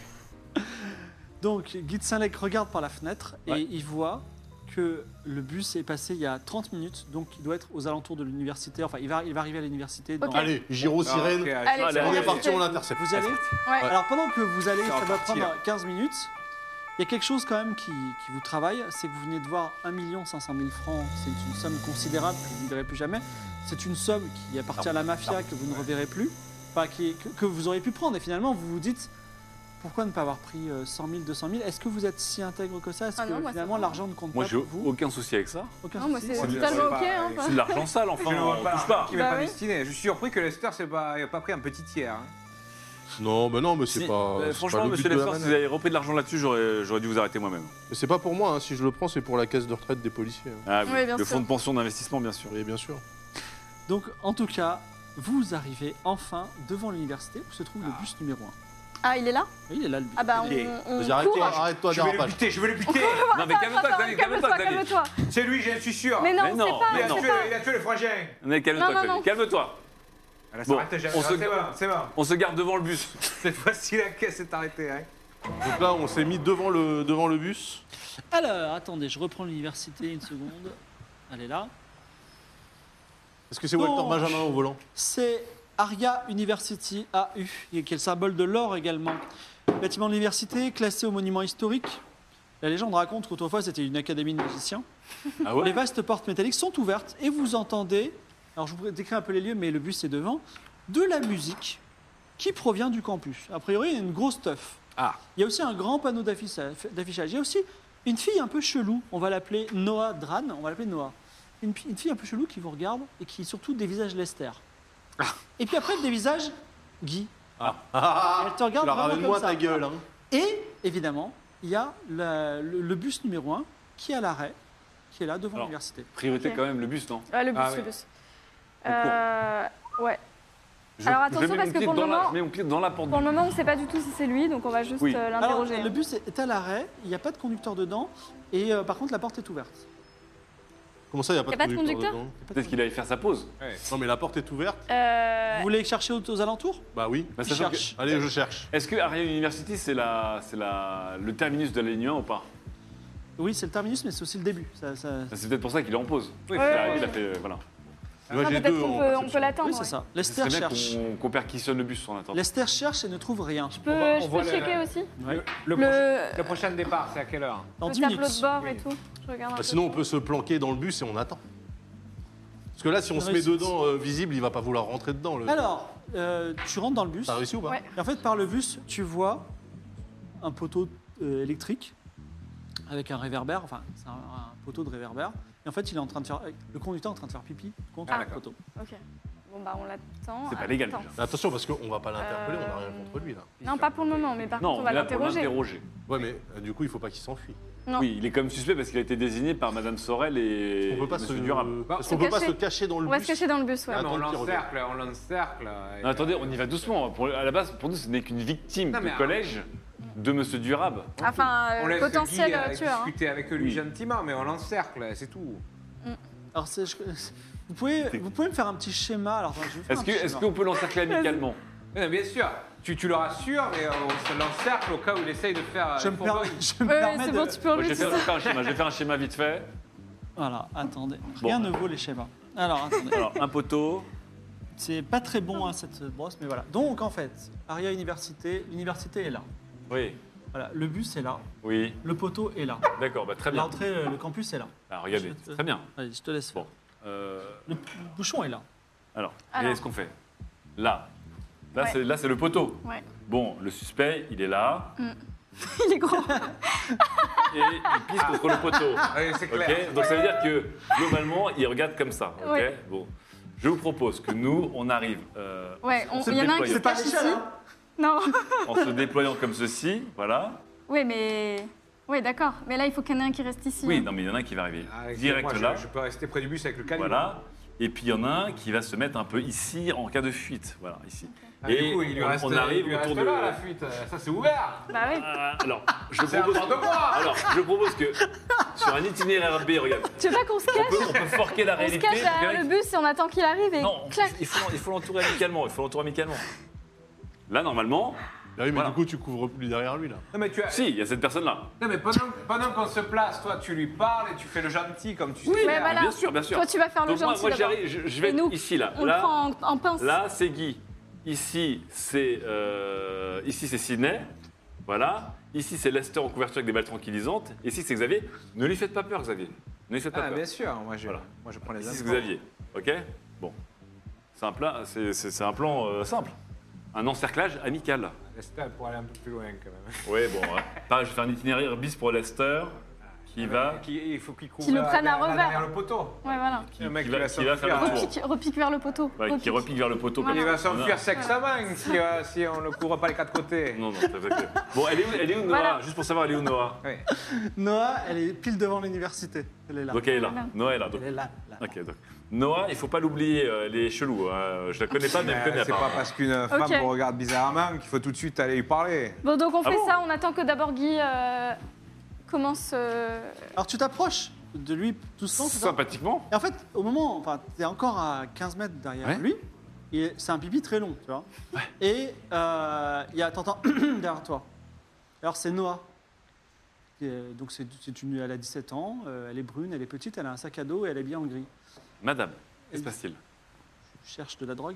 Donc, Guy de Saint-Lec regarde par la fenêtre et Ouais. il voit que le bus est passé il y a trente minutes, donc il doit être aux alentours de l'université. Enfin, il va, il va arriver à l'université. dans- Ok. Allez, gyro, Ah, sirène. ok, Allez, Allez, On est allez, parti, allez. on l'intercepte. Vous allez Ouais. Alors, pendant que vous allez, Ça ça va va partir. prendre quinze minutes. Il y a quelque chose quand même qui, qui vous travaille, c'est que vous venez de voir un million cinq cent mille francs. C'est une somme considérable que vous ne verrez plus jamais. C'est une somme qui appartient à la mafia que vous ne reverrez plus, enfin, qui, que, que vous auriez pu prendre. Et finalement, vous vous dites, pourquoi ne pas avoir pris euh, cent mille, deux cent mille? Est-ce que vous êtes si intègre que ça? Est-ce Ah que non, moi, finalement ça va. l'argent ne compte Moi, pas j'ai pour vous? aucun souci avec ça. Aucun Non, moi souci. c'est Ouais, totalement c'est ok. pas- Hein, C'est de l'argent sale, Je enfin, ne vois on pas touche l'argent pas. qui m'est Bah pas oui. destiné. Je suis surpris que Lester c'est pas, il a pas pris un petit tiers. hein. Non, mais non, mais c'est Si- pas. euh, c'est franchement, pas le monsieur but de la Lester, si vous manœuvre. avez repris de l'argent là-dessus, j'aurais j'aurais dû vous arrêter moi-même. Mais c'est pas pour moi, hein. Si je le prends, c'est pour la caisse de retraite des policiers. hein. Ah oui, Oui, bien le sûr. fonds de pension d'investissement, bien sûr. Oui, bien sûr. Donc, en tout cas, vous arrivez enfin devant l'université où se trouve le bus numéro un. Ah, il est là Oui, il est là le bus. Ah bah on, Ok. on Vas-y, arrête-toi, court. arrête-toi, Je vais le dérapage. buter, je vais le buter. Non, mais calme-toi, Attends, Xavier, calme-toi, calme-toi, Xavier. calme-toi. C'est lui, j'en suis sûr. Mais non, Mais non, c'est mais pas, Il a, non. c'est tué, pas. il a tué le frangin. Mais calme-toi, Non, non, Xavier, non. calme-toi. Elle Bon, s'arrête jamais. on se- C'est bon, c'est bon. On se garde devant le bus. Cette fois-ci, la caisse est arrêtée. Hein. Donc là, on s'est mis devant le, devant le bus. Alors, attendez, je reprends l'université une seconde. Elle est là. Est-ce que c'est Bon. Walter Benjamin au volant? C'est Aria University A U, qui est le symbole de l'or également. Bâtiment de l'université, classé au monument historique. La légende raconte qu'autrefois c'était une académie de magiciens. Ah Les vastes portes métalliques sont ouvertes et vous entendez, alors je vous décris un peu les lieux, mais le bus est devant, de la musique qui provient du campus. A priori, il y a une grosse teuf. Ah. Il y a aussi un grand panneau d'affichage. d'affichage. Il y a aussi une fille un peu chelou, on va l'appeler Noah Dran, on va l'appeler Noah. Une, une fille un peu chelou qui vous regarde et qui surtout dévisage Lester. Et puis après, elle dévisage Guy. Ah, Et elle te regarde tu la vraiment ramènes-moi comme ça. ta gueule. Hein. Et évidemment, il y a la- le, le bus numéro un qui est à l'arrêt, qui est là devant Alors. l'université. Priorité Ok. quand même, le bus, non? Ah, le bus, Ah, le oui. bus. On court. Euh, ouais. Je- Alors, je attention, mets parce mon que pied pour le dans la- moment- Je mets mon pied dans la porte Pour du le moment, on ne sait pas du tout si c'est lui, donc on va juste Oui. euh, Alors, l'interroger. le bus est à l'arrêt, il n'y a pas de conducteur dedans, et euh, par contre, la porte est ouverte. Comment ça, il n'y a pas Y a de pas de conducteur conducteur dedans? Peut-être qu'il allait faire sa pause. Ouais. Non, mais la porte est ouverte. Euh, Vous voulez chercher aux, aux alentours? Bah oui. Bah, Qui sachant que- cherche Allez, je cherche. Est-ce que Aria University, c'est la, c'est la, le terminus de la ligne un ou pas? Oui, c'est le terminus, mais c'est aussi le début. Ça- ça- C'est peut-être pour ça qu'il est en pause. Oui, Il est Ouais, arrivé, ouais. il a fait. euh, Voilà. Moi, non, j'ai peut-être deux qu'on en peut, on perception. peut l'attendre. Oui, c'est ouais. ça. Ce Lester serait bien cherche. qu'on qu'on perquisitionne le bus en attendant. Lester cherche et ne trouve rien. Je peux, On va- on je voit peux le- checker aussi Ouais. Le, le le, prochain, le prochain départ, c'est à quelle heure? Dans le dix tableau minutes. de bord Oui. et tout. Je regarde un Bah, peu. sinon, on peut se planquer dans le bus et on attend. Parce que là, si on Ça se met réussit. dedans euh, visible, il va pas vouloir rentrer dedans. Le... Alors, euh, tu rentres dans le bus. T'as réussi ou pas? Ouais. Et en fait, par le bus, tu vois un poteau euh, électrique avec un réverbère, enfin, c'est un, un poteau de réverbère. Et en fait, il est en train de faire, le conducteur est en train de faire pipi contre Ah, le d'accord. poteau. Ok. Bon, bah, on l'attend. C'est pas légal, Attends. déjà. Mais attention, parce qu'on va pas l'interpeller, on n'a rien Euh, contre lui là. Non, pas pour le moment, mais par Non, contre, on on est va là pour l'interroger. l'interroger. Ouais, mais euh, du coup, il faut pas qu'il s'enfuit. Non. Oui, il est comme suspect parce qu'il a été désigné par Madame Sorel et On peut pas se, Monsieur Durable. Est-ce Se qu'on peut pas cacher. se cacher dans le On va bus? se cacher dans le bus, ouais. Non, mais on Attends qu'il revienne. l'encercle, on l'encercle. et- Non, attendez, on y va doucement. Pour- à la base, pour nous, ce n'est qu'une victime Non, mais de un- collège de Monsieur Durable. Enfin, euh, On laisse potentiel Guy, euh, euh, tueur. hein. discuter avec lui Oui. gentiment, mais on l'encercle, c'est tout. Alors, c'est- je- vous, pouvez, vous pouvez me faire un petit schéma. Alors, attends, je vais faire Est-ce un que- petit est-ce schéma. qu'on peut l'encercler amicalement? Oui, bien sûr. Tu, tu le rassures et euh, on se l'encercle au cas où il essaye de faire. euh, Je me, les per- fourberies. je me Ouais, permets c'est de... bon, tu peux Moi, enlever je vais tout faire, je vais ça. faire un schéma. Je vais faire un schéma vite fait. Voilà, attendez. Bon. Rien ne vaut les schémas. Alors, attendez. Alors, un poteau. C'est pas très bon, hein, cette brosse, mais voilà. Donc, en fait, Aria Université, l'université est là. Oui, Voilà, le bus est là. oui. Le poteau est là. D'accord, bah, très bien. L'entrée, euh, le campus est là. Alors, regardez, Je te- très bien. Allez, je te laisse faire. Bon. Euh, Le, le bouchon est là. alors, Alors. regardez ce qu'on fait. Là. Là, Ouais. c'est, là, c'est le poteau. Ouais. Bon, le suspect, il est là. Il est gros. Et il pisse contre le poteau. Allez, c'est Ok, clair. donc ça veut dire que globalement, il regarde comme ça. Ok, Ouais. bon. Je vous propose que nous, on arrive euh, Ouais, on- Se il y en a un qui déployer. se cache ici. hein. Non. en se déployant comme ceci, voilà. Oui, mais. Oui, d'accord. Mais là, il faut qu'il y en ait un qui reste ici. Oui, hein. non, mais il y en a un qui va arriver Ah, direct moi, je- là. Je, peux rester près du bus avec le calibre. Voilà. Et puis il y en a un qui va se mettre un peu ici en cas de fuite. Voilà, ici. Ah, Et du coup, il lui on, reste, on arrive il lui autour reste de. là, la fuite. Ça, c'est ouvert. Bah oui. Ah, alors, je C'est propose. n'importe quoi. Alors, je propose que sur un itinéraire B, regarde, Tu veux pas qu'on se on peut, cache on peut forquer la On se réalité. cache derrière Direct. le bus et on attend qu'il arrive et Non, clac. il faut, il faut l'entourer amicalement. Il faut l'entourer amicalement. Là, normalement, Ah oui, mais Voilà. du coup, tu couvres plus derrière lui, là. Non, mais tu as. si, il y a cette personne-là. Non, mais pendant, pendant qu'on se place, toi, tu lui parles et tu fais le gentil comme tu sais. Ouais, faire. voilà. Bien sûr, bien sûr. Toi, tu vas faire le Donc moi, gentil moi d'abord. j'arrive, je, je vais Et nous, être ici là. On là, le prend en, en pince. là, c'est Guy. Ici, c'est euh, ici c'est Sydney. Voilà. Ici, c'est Lester en couverture avec des balles tranquillisantes. Ici, c'est Xavier. Ne lui faites pas peur, Xavier. Ne lui faites pas Ah, peur. bien sûr. Moi, je, Voilà. moi, je prends les Ici, c'est infos. Xavier. Ok. Bon. C'est un plan, c'est, c'est- c'est un plan euh, simple. Un encerclage amical. Lester, pour aller un peu plus loin, quand même. Oui, bon. ouais. Pareil, je vais faire un itinéraire bis pour Lester qui va, Qui- il faut qu'il couvre Qu'il le la- prenne à la- la- revers. derrière le poteau. Ouais, voilà. qui, Le mec, qui il va, va qui va faire s'enfuir. le tour. Repique, repique vers le poteau. Ouais, qui Repique. repique vers le poteau. Voilà. Il comme va ça. s'enfuir sexamment si, euh, si on ne couvre pas les quatre côtés. Non, non, c'est vrai que- Bon, elle est où, elle est où Noah Voilà. Juste pour savoir, elle est où Noah Oui. Noah, elle est pile devant l'université. Elle est là. Donc elle est là. Voilà. Noah est là. Donc, Elle est là. là. ok, donc. Noah, il faut pas l'oublier, euh, elle est chelou. hein. Je la connais pas, mais elle me Mais connaît c'est pas. pas parce qu'une femme Ok. vous regarde bizarrement qu'il faut tout de suite aller lui parler. Bon, donc on Ah fait bon ça, on attend que d'abord Guy euh, commence. euh, Alors, tu t'approches de lui doucement. c'est ça Sympathiquement. Et en fait, au moment, enfin, t'es encore à quinze mètres derrière Ouais. lui, et c'est un pipi très long, tu vois. Et euh, il y a, t'entends derrière toi. Alors c'est Noah. Et, euh, donc c'est, c'est une, elle a dix-sept ans, euh, elle est brune, elle est petite, elle a un sac à dos et elle est bien en gris. Madame, que se passe-t-il Tu cherches de la drogue?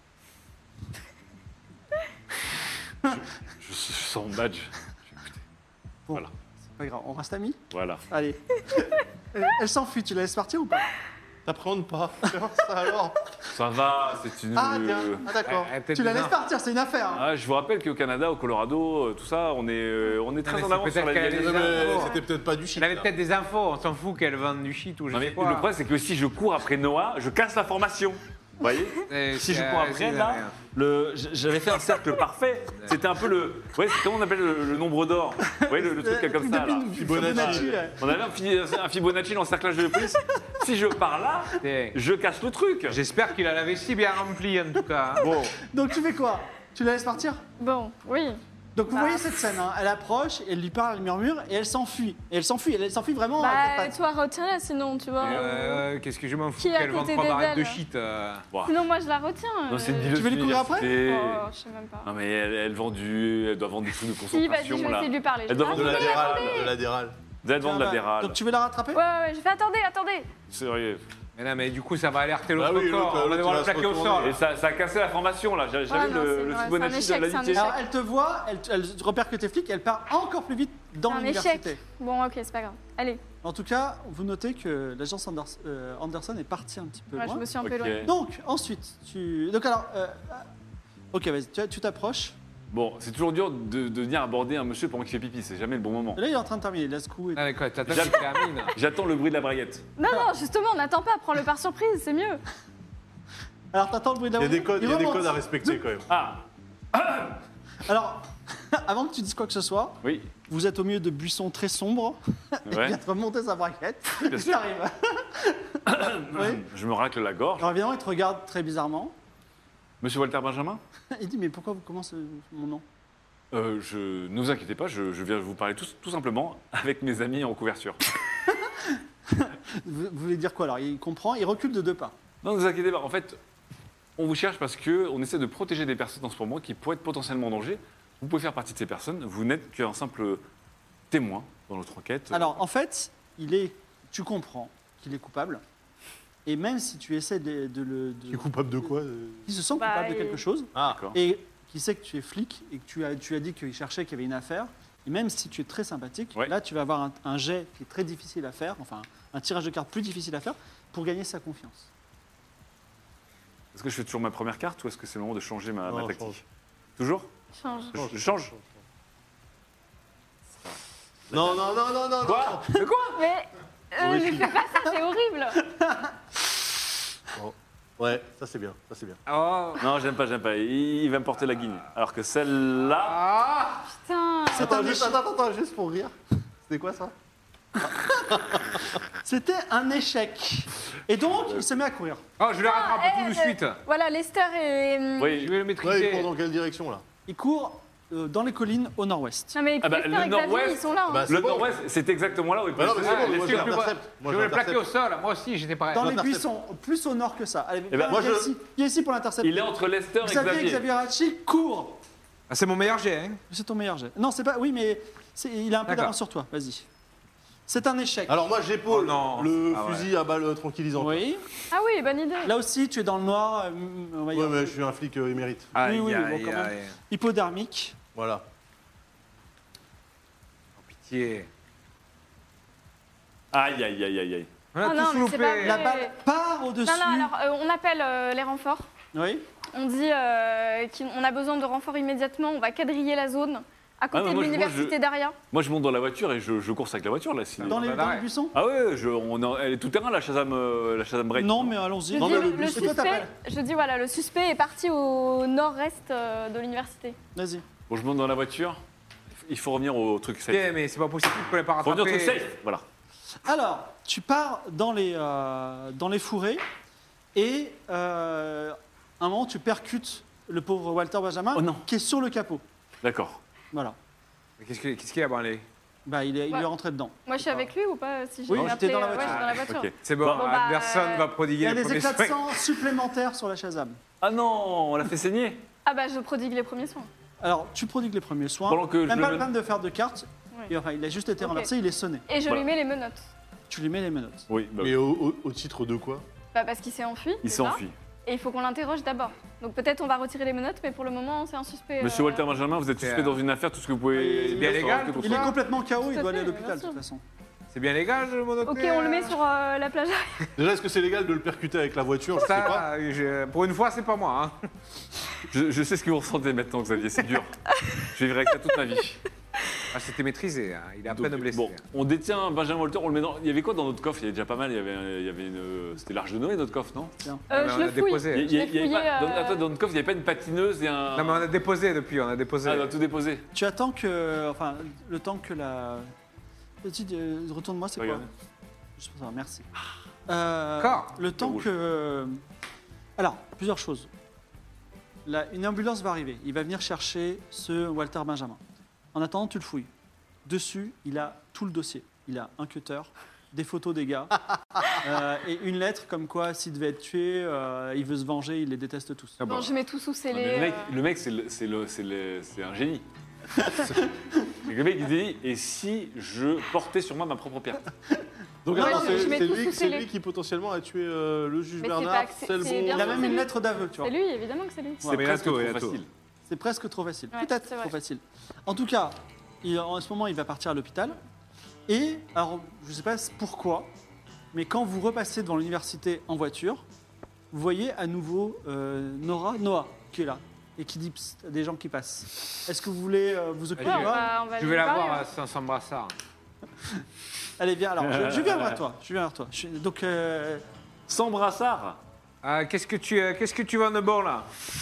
je, je sens mon badge. Bon, Voilà. c'est pas grave, on reste amis? Voilà. Allez. elle elle s'enfuit, tu la laisses partir ou pas? T'appréhendes pas. Comment ça alors? Ça va, c'est une. Ah tiens, ah, d'accord. Elle- elle peut-être Tu la des laisses infos. partir, c'est une affaire. hein. Ah, je vous rappelle qu'au Canada, au Colorado, euh, tout ça, on est, euh, on est très mais en c'est avance sur la peut-être qu'elle a légalisation. des Ouais, mais infos. C'était peut-être pas du shit. Elle avait là. peut-être des infos, on s'en fout qu'elle vende du shit ou je Non, sais mais quoi. le problème, c'est que si je cours après Noah, je casse la formation. Vous voyez Et Si je c'est- cours c'est après, de là, rien. le, j- j'avais fait un cercle parfait. C'était un peu le. Ouais, c'est comment on appelle le, le nombre d'or. Vous voyez, le, le truc Euh, comme ça, là. Fibonacci, ouais. On avait un, fi- un Fibonacci dans le cerclage de police. Si je pars là, Tiens. je casse le truc. J'espère qu'il a la vessie bien remplie en tout cas. hein. Bon, Donc tu fais quoi? Tu la laisses partir? Bon, oui. Donc vous Ah. voyez cette scène, hein, elle approche, elle lui parle, elle murmure et elle s'enfuit. Et elle s'enfuit, elle, elle s'enfuit vraiment. Bah, elle fait pas- toi, retiens-la sinon, tu vois. Et, euh, Qu'est-ce que je m'en fous Qui est à qu'elle vende côté trois des barrettes de ailes shit. euh. Sinon, moi, je la retiens. non, c'est une euh, dealeuse Tu veux lui courir après d'université. Oh, je sais même pas. Non, mais elle, elle vend du. Elle doit vendre des trucs de Si, vas-y, concentration, je vais là. essayer de lui parler. Elle Je doit vais De vendre attendez, l'adéral. attendez. De l'adéral. Vous allez vendre de la déral. Donc tu veux la rattraper? Ouais, ouais, ouais, je fais attendez, attendez. Sérieux. Mais non, mais du coup, ça va alerter l'autre Ah oui, corps. l'autre, On va l'autre, devoir il le va se plaquer au retourner. sol. Et ça, ça a cassé la formation, là. J'avais Ah, vu non, le, c'est le vrai, Fibonacci c'est un de échec, l'amitié. c'est un Alors elle te voit, elle, elle repère que t'es flic, elle part encore plus vite dans Un échec. l'université. Bon, ok, c'est pas grave. Allez, En tout cas, vous notez que l'agent Anders- euh, Anderson est parti un petit peu ouais, je loin. me suis un peu Ok. éloignée. Donc ensuite, tu. Donc alors. euh, Ok, vas-y, tu- tu t'approches. Bon, c'est toujours dur de, de venir aborder un monsieur pendant qu'il fait pipi. C'est jamais le bon moment. Et là, il est en train de terminer. Let's go. Et... Non, mais quoi, t'attends J'aime- qu'il termine. J'attends le bruit de la braguette. Non, non, justement, n'attends pas, prends-le par surprise, c'est mieux. Alors t'attends le bruit de la Il y a des voiture, codes, il y a des remonte. codes à respecter quand même. Ah, Alors, avant que tu dises quoi que ce soit, oui, vous êtes au milieu de buissons très sombres. Il ouais. vient de remonter sa braquette. Bien Il sûr. t'arrive. Oui. Je me racle la gorge. Alors évidemment, il te regarde très bizarrement. Monsieur Walter Benjamin Il dit, mais pourquoi vous commencez mon nom? euh, je, Ne vous inquiétez pas, je, je viens vous parler tout, tout simplement avec mes amis en couverture. Vous, vous voulez dire quoi alors? Il comprend, il recule de deux pas. Non, ne vous inquiétez pas. En fait, On vous cherche parce qu'on essaie de protéger des personnes en ce moment qui pourraient être potentiellement en danger. Vous pouvez faire partie de ces personnes. Vous n'êtes qu'un simple témoin dans notre enquête. Alors, en fait, il est, tu comprends qu'il est coupable. Et même si tu essaies de, de le... de- Tu es coupable de quoi euh il se sent Bah, coupable de il- quelque chose. Ah, D'accord. Et qui sait que tu es flic et que tu as, tu as dit qu'il cherchait qu'il y avait une affaire. Et même si tu es très sympathique, Ouais. là, tu vas avoir un, un jet qui est très difficile à faire, enfin, un tirage de cartes plus difficile à faire pour gagner sa confiance. Est-ce que je fais toujours ma première carte ou est-ce que c'est le moment de changer ma, ma Non, tactique change. Toujours Change. je, je change Non, non, non, non, non. Quoi Mais euh, Oui, ne si. fais pas ça, c'est horrible. non. Ouais, ça c'est bien, ça c'est bien. Oh. Non, j'aime pas, j'aime pas. Il, il va me porter la guigne. Alors que celle-là. Ah. Putain. Attends, juste, attends, attends, attends, juste pour rire. C'était quoi ça? C'était un échec. Et donc, il se met à courir. Oh, je le rattrape Ah, tout de eh, suite. Voilà, Lester et. hum, Oui. Je vais le Ouais, maîtriser. il court dans quelle direction là? Il court euh, dans les collines au nord-ouest. Non, mais Ah bah, Lester le et Xavier, nord-ouest, ils sont là. hein. bah, Le c'est bon. nord-ouest, c'est exactement là où il peut Bah non, se mais faire. c'est bon, moi Laissez je le plus bas. l'intercepte. Moi, Je vais le plaquer au l'intercepte. sol. Moi aussi, j'étais pareil. Dans les j'intercepte. buissons, plus au nord que ça. Allez, Eh ben, viens, moi, viens je- ici, viens ici pour l'intercepter. Il est entre Lester et Xavier et Xavier. Xavier Racci court. Ah, c'est mon meilleur jet, hein. C'est ton meilleur jet. Non, c'est pas. Oui, mais c'est- il a un peu D'accord. d'avance sur toi. Vas-y. C'est un échec. Alors moi j'épaule Oh non. le Ah ouais. fusil à balle tranquillisante. Oui. Ah oui, bonne idée. Là aussi, tu es dans le noir. euh, on va Ouais, dire, mais je suis un flic euh, émérite. Aïe, oui, aïe, bon, quand même. aïe. hypodermique. Voilà. Pitié. Aïe, aïe, aïe, aïe, aïe. On a Oh tout non, mais c'est loupé. pas La vrai. balle part au-dessus. Non, non, alors euh, on appelle euh, les renforts. Oui. On dit euh, qu'on a besoin de renforts immédiatement. On va quadriller la zone à côté mais de moi, je- moi, l'université je- d'Aria. Moi, je monte dans la voiture et je, je course avec la voiture, là, sinon. Dans les, bah, dans les d'arrêt. buissons. Ah ouais, je, on est- elle est tout terrain, la Shazam, euh, la Shazam Break. Non, mais allons-y. Je Non, dis, mais le, le le bus, c'est toi, suspect, t'appelles. je dis voilà, le suspect est parti au nord-est euh, de l'université. Vas-y. Bon, je monte dans la voiture. Il faut revenir au truc safe. Putain, mais c'est pas possible qu'on l'ait pas Il faut revenir au rattrapé. truc safe, voilà. Alors, tu pars dans les, euh, dans les fourrés et euh, à un moment, tu percutes le pauvre Walter Benjamin Oh non. qui est sur le capot. D'accord. Voilà. Mais Qu'est-ce que- qu'est-ce qu'il a branlé? Bah, il est, il Ouais. est rentré dedans. Moi, je suis avec lui ou pas si je Oui, l'ai j'étais appelé, dans la euh, ouais, voiture. je suis dans la voiture. Ok. C'est bon, Bon, bah, Anderson euh, va Il y prodiguer a le des premier éclats de soin. sang supplémentaires sur la Shazam. Ah non, on l'a fait saigner. Ah bah, je prodigue les premiers soins. Alors, tu prodigues les premiers soins. Pendant que je Même le pas mène- le peine de faire de cartes. Oui. Et enfin, il a juste été Ok. renversé, il est sonné. Et je Voilà. lui mets les menottes. Tu lui mets les menottes. Oui, bah oui. Mais au, au- au titre de quoi? Bah, parce qu'il s'est enfui. Il s'est déjà. enfui. Et il faut qu'on l'interroge d'abord. Donc peut-être on va retirer les menottes, mais pour le moment, c'est un suspect. Monsieur euh, Walter Benjamin, vous êtes suspect euh, dans une affaire, tout ce que vous pouvez. c'est bien faire légal, enquête tout contre Il est ça. complètement K O, Tout il à doit aller à fait, l'hôpital bien de toute sûr. façon. C'est bien légal, le monocle. Ok, on le met sur euh, la plage. Déjà, est-ce que c'est légal de le percuter avec la voiture? Je sais pas. Ça, je- pour une fois, c'est pas moi. Hein. Je, je sais ce que vous ressentez maintenant, Xavier, c'est dur. Je vivrai avec ça toute ma vie. Ah, c'était maîtrisé. Hein. Il est à peine Donc, blessé. bon, on détient Benjamin Walter, on le met dans. Il y avait quoi dans notre coffre? Il y avait déjà pas mal. Il y avait, il y avait une. C'était l'Arche de Noé, notre coffre, non Euh, mais je on le a fouille. déposé. Il y- il y- Je il y avait l'ai pas- fouillé, dans, euh, attends, dans notre coffre, il n'y avait pas une patineuse et un. Non, mais on a déposé depuis, on a déposé. Ah, on a tout déposé. Tu attends que. Enfin, le temps que la. Petite. euh, Retourne-moi, c'est quoi? Regarde. Juste pour savoir, merci. Euh, Encore Le temps rouge. que. Alors, plusieurs choses. Là, une ambulance va arriver. Il va venir chercher ce Walter Benjamin. En attendant, tu le fouilles. Dessus, il a tout le dossier. Il a un cutter, des photos des gars, euh, et une lettre comme quoi, s'il devait être tué, euh, il veut se venger, il les déteste tous. Ah bon. Bon, je mets tout sous Non, scellé. mais le mec, euh, le mec, c'est le- c'est le- c'est le- c'est un génie. Et le mec, il dit et si je portais sur moi ma propre perte? Donc, Non, attends, non, c'est je mets c'est tout lui, sous c'est scellé. lui qui potentiellement a tué euh, le juge Mais c'est pas Bernard, que c'est- c'est le c'est bon. bien Il a sûr, même c'est une lui. lettre d'aveu, tu vois. C'est lui, évidemment que c'est lui. C'est mais il a presque tout, trop il a tout. facile. C'est presque trop facile. Ouais, Peut-être c'est vrai. trop facile. En tout cas, il- en ce moment, il va partir à l'hôpital. Et, alors, je ne sais pas pourquoi, mais quand vous repassez devant l'université en voiture, vous voyez à nouveau euh, Nora, Noah, qui est là, et qui dit Psst à des gens qui passent. Est-ce que vous voulez euh, vous occuper Ouais, de on moi va, on va Je lui vais la parler, voir hein. euh, sans, sans brassard. Allez, viens, alors, je, je viens vers toi. Je viens vers toi. Je- donc, euh, Sans brassard. Ah, qu'est-ce que tu, euh, qu'est-ce que tu vends de bon là?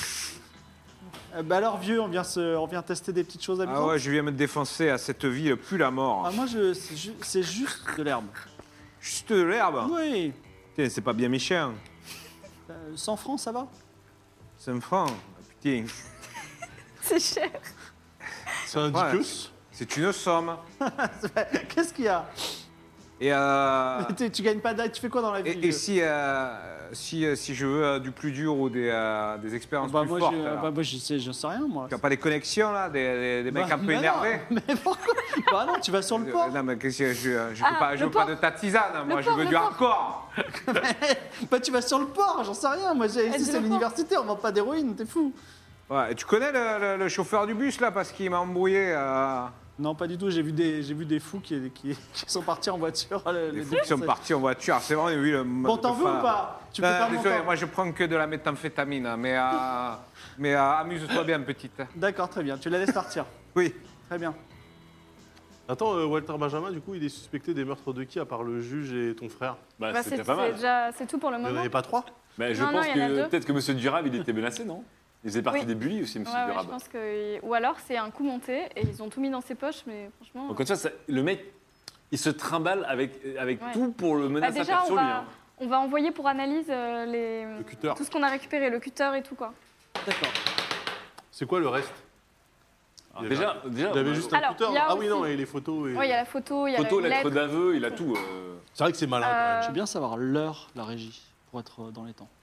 euh, bah alors, vieux, on vient, se, on vient tester des petites choses Ah amusantes. ouais, je viens me défoncer à cette ville, plus la mort. Ah, moi, je, c'est ju- c'est juste de l'herbe. Juste de l'herbe. Oui. Putain, c'est pas bien méchant. Euh, cent francs, ça va cinq francs. Ah, putain, C'est cher. C'est un Ouais. dicus. c'est une somme. Qu'est-ce qu'il y a Et, euh, Tu tu gagnes pas d'âge, tu fais quoi dans la vie et, et si, euh, si, euh, si je veux euh, du plus dur ou des, euh, des expériences Bah plus moi, fortes, je, alors bah, moi je sais, je sais rien moi. tu n'as pas des connexions là, des, des, des mecs Bah, un peu bah non, énervés? Mais pourquoi Bah non, tu vas sur le port. Non, mais qu'est-ce que je, je, je Ah, veux pas, je le veux pas port. de ta tisane, moi Le je port, veux le du port. hardcore. Bah tu vas sur le port, j'en sais rien. Moi j'ai- Ah, ici dis c'est le port. l'université, on vend pas d'héroïne, t'es fou. Ouais, et tu connais le, le- le chauffeur du bus là parce qu'il m'a embrouillé euh, Non, pas du tout. J'ai vu des, j'ai vu des fous qui, qui, qui sont partis en voiture. le- Les le fous qui sont début. partis en voiture, c'est vrai, oui. Le, Bon, t'en veux ou pas Tu peux Euh, pas désolé, m'entendre. moi je prends que de la méthamphétamine, hein, mais, euh, mais euh, amuse-toi bien, petite. D'accord, très bien. Tu la laisses partir. Oui. Très bien. Attends, euh, Walter Benjamin, du coup, il est suspecté des meurtres de qui, à part le juge et ton frère? Bah, Bah, c'est c'est déjà pas c'est mal. déjà c'est tout pour le Il n'y en moment. avait pas trois? Bah, je Non, non, pense il y en a que deux. peut-être que Monsieur Durable, il était menacé, non? Il faisait partie Oui. des bullies aussi, Monsieur Ouais, ouais, Durable. je pense que... Ou alors c'est un coup monté et ils ont tout mis dans ses poches, mais franchement... Donc, comme ça, ça- le mec, il se trimballe avec, avec Ouais. tout pour le Bah, menacer à déjà, faire on sur lui. va, hein. on va envoyer pour analyse euh, les... Le cutter. tout ce qu'on a récupéré, le cutter et tout quoi. D'accord. C'est quoi le reste? Alors, Il déjà, déjà, Il avait on a- juste un Alors, cutter. il y a Ah oui, aussi- non, et les photos. Et... Ouais, il y a la photo, il y a photo, la lettre lettre. d'aveu, il a tout. euh. C'est vrai que c'est malin. Euh, quand Je veux bien savoir l'heure, la régie, pour être dans les temps.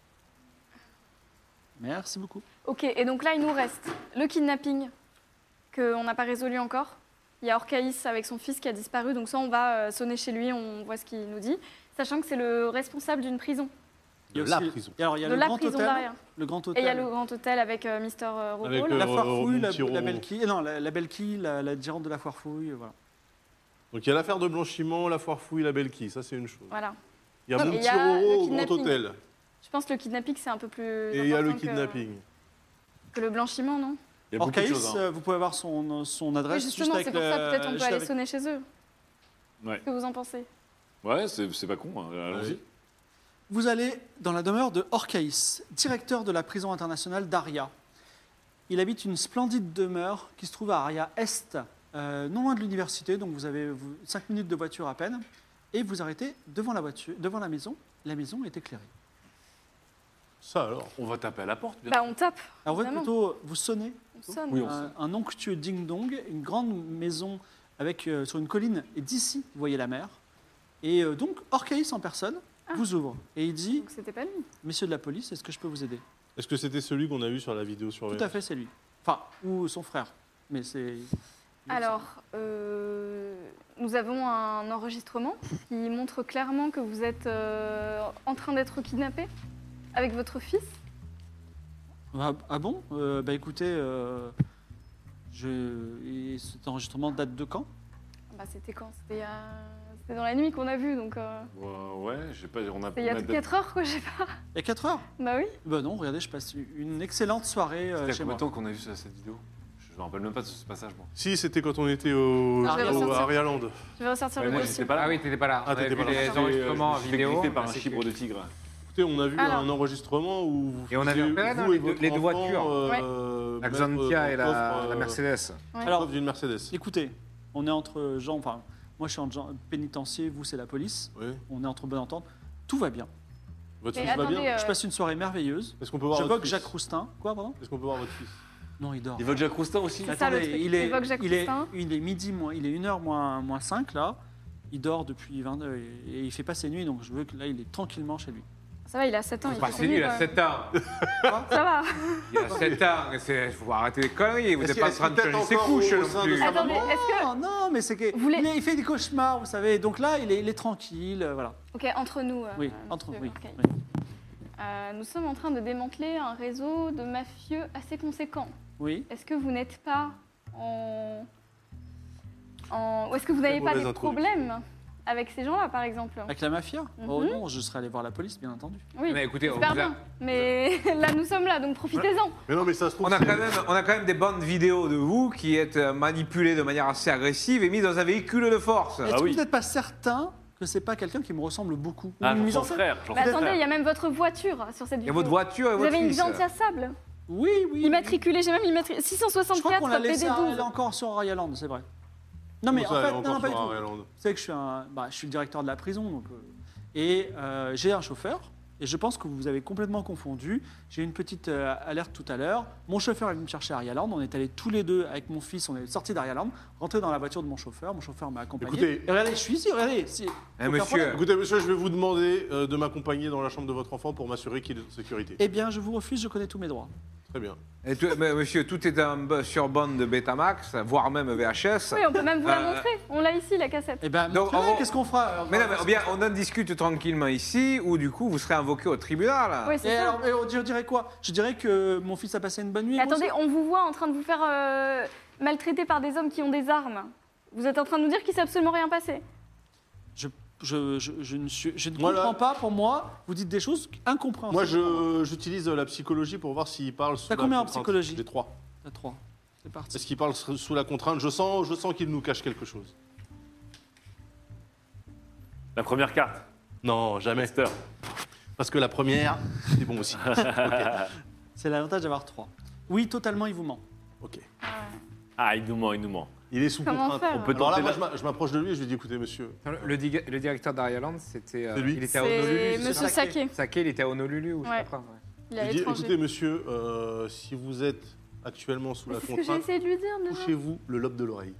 Merci beaucoup. Ok, et donc là il nous reste le kidnapping qu'on n'a pas résolu encore. Il y a Orcaïs avec son fils qui a disparu, donc ça on va euh, sonner chez lui, on voit ce qu'il nous dit, sachant que c'est le responsable d'une prison, Il y a De la aussi- prison. Et alors, il y a de le la grand prison hôtel. derrière. Le grand Et hôtel. il y a le grand hôtel avec euh, Mister euh, Robol. Avec, La Euh, foire fouille, la, mon petit la Robo. belle quille. Non, la, la belle quille, la, la gérante de la foire fouille, voilà. Donc il y a l'affaire de blanchiment, la foire fouille, la belle quille, ça c'est une chose. Voilà. Il y a Non, mon et il petit y a le Roro au grand kidnapping. hôtel. Je pense que le kidnapping c'est un peu plus Et il y a le important que- kidnapping. que le blanchiment, non? Il y a beaucoup de Orcaïs, choses. hein. euh, vous pouvez avoir son, son Oui, adresse justement, juste avec c'est pour ça le- peut-être on peut juste aller avec- sonner chez eux. Ouais. Qu'est-ce que vous en pensez? Ouais, c'est c'est pas con. hein. Allons-y. Ouais. Vous allez dans la demeure de Orcaïs, directeur de la prison internationale d'Aria. Il habite une splendide demeure qui se trouve à Aria Est, euh, non loin de l'université, donc vous avez vous, cinq minutes de voiture à peine, et vous arrêtez devant la, voiture, devant la maison. La maison est éclairée. Ça alors. On va taper à la porte, bien. Bah on tape. Alors vous, Évidemment. plutôt, vous sonnez, On sonne. Oui, on un, un onctueux ding-dong, une grande maison avec, euh, sur une colline, et d'ici, vous voyez la mer. Et euh, donc, Orcaïs en personne Ah. vous ouvre, et il dit, Donc c'était pas lui. messieurs de la police, est-ce que je peux vous aider? Est-ce que c'était celui qu'on a vu sur la vidéo sur Tout à fait, c'est lui. Enfin, ou son frère. Mais c'est. Alors, euh, nous avons un enregistrement qui montre clairement que vous êtes euh, en train d'être kidnappé avec votre fils. Ah, ah bon Euh, Bah écoutez, euh, je... et cet enregistrement date de quand? Bah, c'était quand? C'était il y a- c'était dans la nuit qu'on a vu, donc euh, Ouais, ouais, j'ai pas. On a. c'était il y a on a- quatre heures, quoi, je sais pas. Il y a quatre heures? Bah oui. Bah non, regardez, je passe une excellente soirée euh, C'était chez combien moi. de temps qu'on a vu ça, cette vidéo? Je me rappelle même pas de ce passage, moi. Si, c'était quand on était au, Ah, je vais au ressortir. Arialand. Je vais ressortir Ouais, le moi, dossier. j'étais pas là. Ah oui, t'étais pas là. Ah, On avait t'étais vu pas là. les Je me suis fait- enregistrements je me suis fait vidéo. griffer par un ainsi chibre que- de tigre. Écoutez, on a vu Alors. un enregistrement où vous Et on avait faisiez, repéré, non, vous et les deux- votre les deux enfant, voitures. euh, La mettre Xantia et dans le la, coffre, la euh, Mercedes. Ouais. Alors, coffre d'une Mercedes. écoutez, on est entre gens, enfin, moi je suis en gens pénitencier, vous c'est la police, Oui. on est entre bonne entente, tout va bien. Votre Mais fils va attendez, bien euh, Je passe une soirée merveilleuse, Est-ce qu'on peut voir je votre vogue fils Jacques Roustin. Quoi, pardon? Est-ce qu'on peut voir votre fils Non, il dort. Il vote Jacques Roustin aussi. C'est ça, le Attendez, truc. il est, Évoque Jacques il est, Roustin. il est midi, moins, il est une heure moins, moins cinq là. Il dort depuis vingt euh, et il fait pas ses nuits, donc je veux que là il est tranquillement chez lui. Ça va, il a sept ans. Il Bah, fait c'est ses nul, nuits, il a quand même. sept ans. Ça va. Il a sept ans. Il faut arrêter les conneries. Vous Est-ce n'êtes pas en qu'il- train de est-ce qu'il changer ses tête encore couches au non sein de plus. sa Attendez, maman est-ce que... Non, non, mais c'est que Vous voulez- il, est- il fait des cauchemars, vous savez. Donc là, il est, il est tranquille, euh, voilà. Ok, entre nous. euh, Oui, monsieur entre oui. Orcaïs. oui. Euh, nous sommes en train de démanteler un réseau de mafieux assez conséquent. Oui. Est-ce que vous n'êtes pas en... en... Ou est-ce que vous n'avez Très pas mauvaise des introduction. problèmes avec ces gens-là, par exemple? Avec la mafia Oh Mhm. non, je serais allé voir la police, bien entendu. Oui, Mais écoutez, on, j'espère vous a- bien. Mais là, nous sommes là, donc profitez-en. Mais non, mais ça se trouve. on a c'est- quand même, on a quand même des bandes vidéos de vous qui êtes euh, manipulés de manière assez agressive et mis dans un véhicule de force. Est-ce Ah que oui. vous n'êtes pas certain que c'est pas quelqu'un qui me ressemble beaucoup Ou Ah, une j'en mise en son scène frère. j'en Mais son attendez, frère. il y a même votre voiture sur cette Il y a vidéo. votre voiture et Vous votre avez une fils. Xantia Sable, Oui, oui. immatriculée, j'ai même immatriculé Je crois qu'on six cent soixante-quatre l'a P laissé D elle est douze. encore sur Arialand, c'est vrai. Non, mais Comment en ça, fait, elle est non, non, encore pas du sur tout. Arialand Vous savez que je suis, un, bah, je suis le directeur de la prison, donc, euh, et euh, j'ai un chauffeur, Et je pense que vous avez complètement confondu. J'ai eu une petite euh, alerte tout à l'heure. Mon chauffeur est venu me chercher à Arialand. On est allés tous les deux avec mon fils. On est sortis d'Arialand, rentrés dans la voiture de mon chauffeur. Mon chauffeur m'a accompagné. Écoutez- Et regardez, je suis ici, regardez. si- Eh, aucun monsieur. problème. Écoutez, monsieur, je vais vous demander euh, de m'accompagner dans la chambre de votre enfant pour m'assurer qu'il est en sécurité. Eh bien, je vous refuse, je connais tous mes droits. Très bien. Et tout- mais monsieur, tout est un b- sur bande de Betamax, voire même V H S. Oui, on peut même vous la Euh, montrer. On l'a ici, la cassette. Eh bien, Donc, très bien, on- qu'est-ce qu'on fera Mais non, mais bien, on en discute tranquillement ici, ou du coup, vous serez invoqué au tribunal. Oui, Et c'est ça. alors, et on- je dirais quoi? Je dirais que mon fils a passé une bonne nuit. Mais moi attendez, on vous voit en train de vous faire euh, maltraiter par des hommes qui ont des armes. Vous êtes en train de nous dire qu'il s'est absolument rien passé. Je, je, je, je ne, suis, je ne Voilà. comprends pas, pour moi, vous dites des choses incompréhensibles. Moi, je- j'utilise la psychologie pour voir s'il parle sous T'as la combien en contrainte. psychologie? J'ai trois. À trois. C'est parti. Est-ce qu'il parle sous sous la contrainte? Je sens, je sens qu'il nous cache quelque chose. La première carte. Non, jamais. Lester. Parce que la première, c'est bon aussi. C'est l'avantage d'avoir trois. Oui, totalement, il vous ment. Ok. Ah, il nous ment, il nous ment. Il est sous Comment contrainte. faire On peut Alors là, tenter moi, la- je m'a- je m'approche de lui et je lui dis, écoutez, monsieur, Le, le dig- le directeur d'Arialand, c'était. euh, C'est lui. Il était à C'est Honolulu. c'est Monsieur ça Saké. Saké, il était à Honolulu ou je sais Ouais. pas quoi. ouais. Il je est à lui dis, l'étranger. écoutez, monsieur, euh, si vous êtes actuellement sous Mais la C'est ce que j'ai contrainte, essayé de lui dire déjà. touchez-vous le lobe de l'oreille.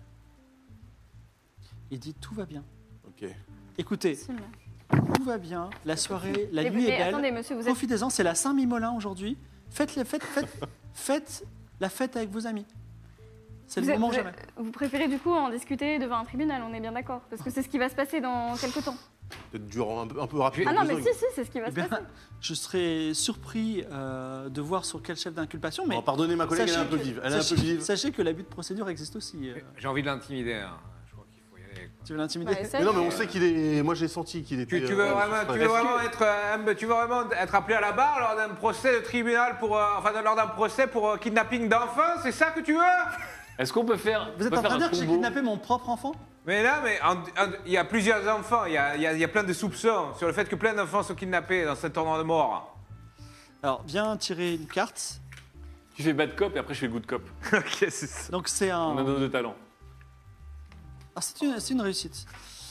Il dit tout va bien. Ok. Écoutez, Si, mais- tout va bien. La soirée, la Mais- nuit mais est belle. attendez, monsieur, vous êtes. Profitez-en, c'est la Saint-Mimolin aujourd'hui. Faites, la fête, faites, faites la fête avec vos amis. C'est le Vous, êtes- moment vous jamais. êtes- vous préférez du coup en discuter devant un tribunal, on est bien d'accord. Parce que c'est ce qui va se passer dans quelques temps. Peut-être durant un peu, un peu rapide. Ah non, mais besogne. si, si, c'est ce qui va Eh se bien, passer. je serais surpris euh, de voir sur quel chef d'inculpation, mais Bon, pardonnez ma collègue, elle est sachez un peu que- vive. Elle est un sachez- peu vive. Sachez que l'abus de procédure existe aussi. euh. J'ai envie de l'intimider. hein. Je crois qu'il faut y aller. quoi. Tu veux l'intimider? Ouais, ça Mais y non, mais est. on sait qu'il est. Moi, j'ai senti qu'il était. Tu, tu veux euh, vraiment, tu veux Est-ce vraiment que- être, euh, tu veux vraiment être appelé à la barre lors d'un procès de tribunal pour, euh, enfin lors d'un procès pour euh, kidnapping d'enfants, c'est ça que tu veux? Est-ce qu'on peut faire. Vous êtes on peut en train faire de dire un que j'ai combo kidnappé mon propre enfant? Mais là, mais en- en- il y a plusieurs enfants, il y a, il y a- il y a plein de soupçons sur le fait que plein d'enfants sont kidnappés dans cet ordre de mort. Alors, viens tirer une carte. Tu fais bad cop et après je fais good cop. Ok, c'est ça. Donc, c'est On a un. nos deux talents. Ah, c'est une, c'est une réussite.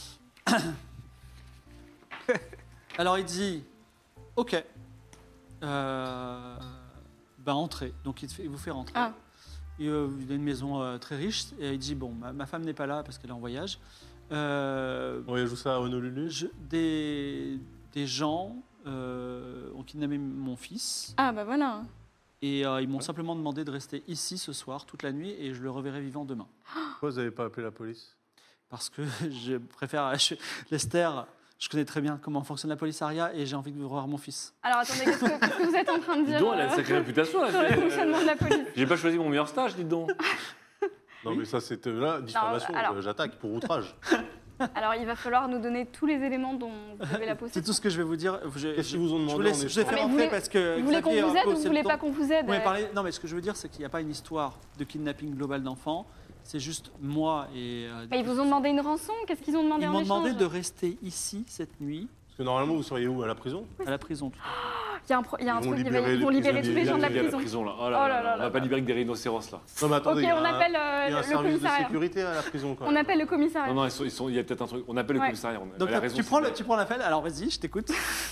Alors, il dit Ok. Euh, ben, entrez. Donc, il, te fait- il vous fait rentrer. Ah. Et, euh, il a une maison euh, très riche. Et il dit Bon, ma, ma femme n'est pas là parce qu'elle est en voyage. Euh, On joue ça à Honolulu. je- des, des gens euh, ont kidnappé mon fils. Ah bah voilà. Et euh, ils m'ont simplement demandé de rester ici ce soir, toute la nuit, et je le reverrai vivant demain. Pourquoi vous n'avez pas appelé la police? Parce que je préfère. je- Lester, je connais très bien comment fonctionne la police Aria et j'ai envie de revoir mon fils. Alors attendez, qu'est-ce que, qu'est-ce que vous êtes en train de Dis dire donc, elle a euh, une sacrée réputation, sur le là. fonctionnement de la police? J'ai pas choisi mon meilleur stage, dis donc. Non, mais ça, c'était là, diffamation. alors- euh, J'attaque pour outrage. Alors il va falloir nous donner tous les éléments dont vous avez la C'est possession. tout ce que je vais vous dire. Je, Qu'est-ce je- qu'ils vous ont je demandé vous laisse, en je vais échange faire Mais vous entrer voulez- parce que. Vous voulez qu'on Xavier vous a aide ou posé vous le voulez ton. pas qu'on vous aide Vous m'avez euh, parlé- Non, mais ce que je veux dire, c'est qu'il n'y a pas une histoire de kidnapping global d'enfants. C'est juste moi et. euh, Mais ils vous ont demandé une rançon? Qu'est-ce qu'ils ont demandé Ils en m'ont échange? demandé de rester ici cette nuit, Parce que normalement, vous seriez où? À la prison? à la prison. Il y a un, pro- il y a un Ils vont truc, libérer ils vont les libérer tous les prisonniers, gens de la Il y a prison. là. Oh Oh là là là, là on va là pas là. libérer que des rhinocéros là. Non, mais attendez, Ok, il y a on un- appelle euh, il y a un le service de commissariat. sécurité à la prison, quand On même. appelle le commissariat. Non, non, ils sont, ils sont- il y a peut-être un truc. On appelle le Ouais. commissariat. On, Donc elle a raison, tu, prends c'est- le, tu prends l'appel, alors vas-y, je t'écoute.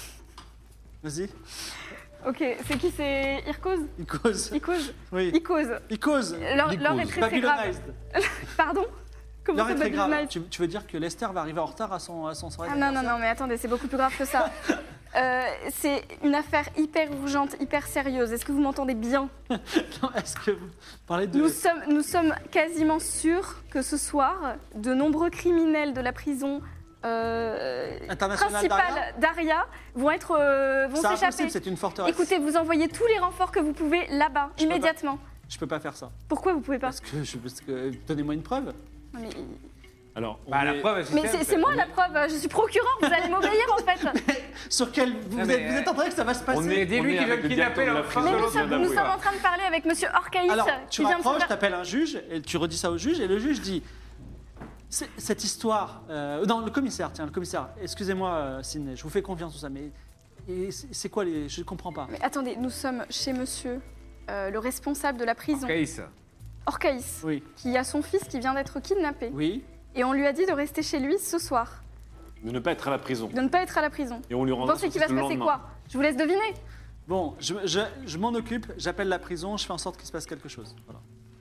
Vas-y, Ok, c'est qui? C'est Irkoz? il cause. Icose? Oui, Icose. il cause. L'heure l'heure est très très grave. Babylonized. Pardon? Comment L'heure ça est très grave. Babylonized? Tu, tu veux dire que Lester va arriver en retard à son, à son soirée Ah non, non, non, mais attendez, c'est beaucoup plus grave que ça. Euh, c'est une affaire hyper urgente, hyper sérieuse. Est-ce que vous m'entendez bien? Non, est-ce que vous parlez de... Nous sommes, nous sommes quasiment sûrs que ce soir, de nombreux criminels de la prison euh, Internationale d'Aria principale d'Aria vont être, euh, vont C'est s'échapper. impossible, c'est une forteresse. Écoutez, vous envoyez tous les renforts que vous pouvez là-bas, Je peux immédiatement. Je peux pas faire ça. Pourquoi vous pouvez pas? Parce que, je, parce que donnez-moi une preuve. Mais, Alors, on Bah, la est- preuve, mais simple. c'est c'est moi la preuve, je suis procureur, vous allez m'obéir en fait. Sur quel... Vous, Non, êtes, mais, vous êtes en train de dire que ça va se passer on est, dis-lui on est qu'il veut avec le kidnapper directeur de la l'enfant. prison Mais Sur nous, le sommes, zone nous d'avouer, sommes ouais. en train de parler avec monsieur Orcaïs. Alors, tu qui vient de se rapproches, faire- t'appelles un juge, et tu redis ça au juge, et le juge dit... C'est- Cette histoire... euh, non, le commissaire, tiens, le commissaire. Excusez-moi, euh, Sidney, je vous fais confiance, tout ça, mais... et c'est c'est quoi les... Je comprends pas. Mais attendez, nous sommes chez monsieur, euh, le responsable de la prison, Case. Orcaïs, Oui, qui a son fils qui vient d'être kidnappé. oui. Et on lui a dit de rester chez lui ce soir, de ne pas être à la prison. de ne pas être à la prison. Et on lui Vous rendra pensez son qu'il va fils se le passer lendemain. quoi? Je vous laisse deviner. Bon, je, je, je m'en occupe, j'appelle la prison, je fais en sorte qu'il se passe quelque chose. Voilà.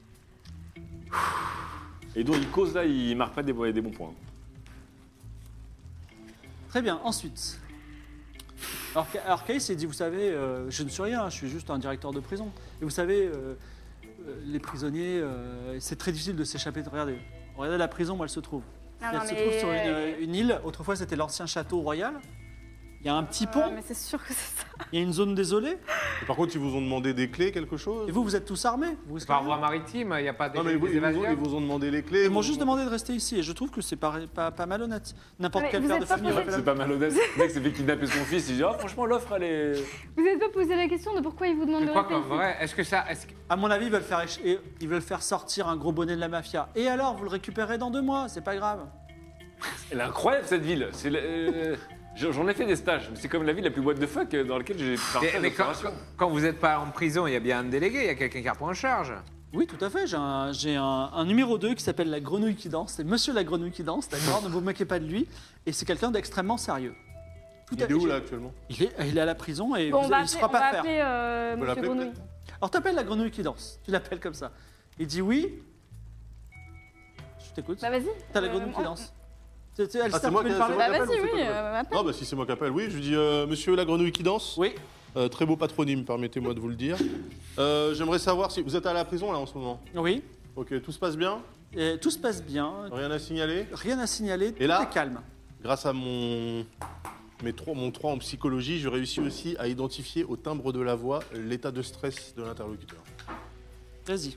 Et donc, il cause là, il marque pas des, des bons points. Très bien, ensuite. Alors, alors Case, il dit, vous savez, euh, je ne suis rien, je suis juste un directeur de prison. Et vous savez, euh, euh, les prisonniers, euh, c'est très difficile de s'échapper. Regardez, regardez la prison où elle se trouve. Ah, non, elle se mais- trouve sur une, une île, autrefois c'était l'ancien château royal. Il y a un petit Ah, pont, mais c'est sûr que c'est ça. il y a une zone désolée. Et par contre, ils vous ont demandé des clés, quelque chose? Et vous, vous êtes tous armés. Vous C'est par voie maritime, il n'y a pas des, Non, mais des ils, vous- ils vous ont, évasions. ils vous ont demandé les clés. Ils m'ont vous- juste demandé de rester ici et je trouve que c'est pas, pas, pas malhonnête. N'importe Mais quel vous père de êtes pas famille aurait fait la C'est pas malhonnête. Le mec s'est fait kidnapper son fils, il dit ah, franchement, l'offre, elle est. Vous n'êtes pas posé la question de pourquoi ils vous demandent Je de crois rester qu'en ici. vrai, est-ce que ça. Est-ce que... À mon avis, ils veulent, faire, éch- ils veulent faire sortir un gros bonnet de la mafia. Et alors, vous le récupérez dans deux mois, c'est pas grave. Elle est incroyable cette ville. C'est la- euh, J'en ai fait des stages, mais c'est comme la ville la plus what the fuck dans laquelle j'ai Mais, participé à mais quand, l'opération. quand vous n'êtes pas en prison, il y a bien un délégué, il y a quelqu'un qui reprend en charge. Oui, tout à fait. J'ai un, j'ai un, un numéro deux qui s'appelle la grenouille qui danse. C'est Monsieur la grenouille qui danse, d'accord? Ne vous moquez pas de lui. Et c'est quelqu'un d'extrêmement sérieux. Tout Il à- est où j'ai- là actuellement? il est, il est à la prison et Bon, vous- on va il ne appeler, sera on pas va faire. appeler euh, On peut Monsieur l'appeler, Grenouille. peut-être? Alors t'appelles la grenouille qui danse. Tu l'appelles comme ça. Il dit oui. Je t'écoute. Bah vas-y. T'as la Euh, grenouille qui on- danse. Tu- tu- Elle Ah, sait c'est moi tu peux qui- lui parler. c'est moi Bah qui appelle vas-y, ou c'est oui, toi qui euh, appelle. Non, bah si c'est moi qui appelle, oui. Je lui dis euh, Monsieur la grenouille qui danse. Oui. Euh, très beau patronyme, permettez-moi de vous le dire. Euh, J'aimerais savoir si vous êtes à la prison là en ce moment. Oui. Ok, tout se passe bien? Et tout se passe bien. Rien à signaler? Rien à signaler. Tout Et là est calme. Grâce à mon, mes trois, mon trois en psychologie, je réussis aussi à identifier au timbre de la voix l'état de stress de l'interlocuteur. Vas-y.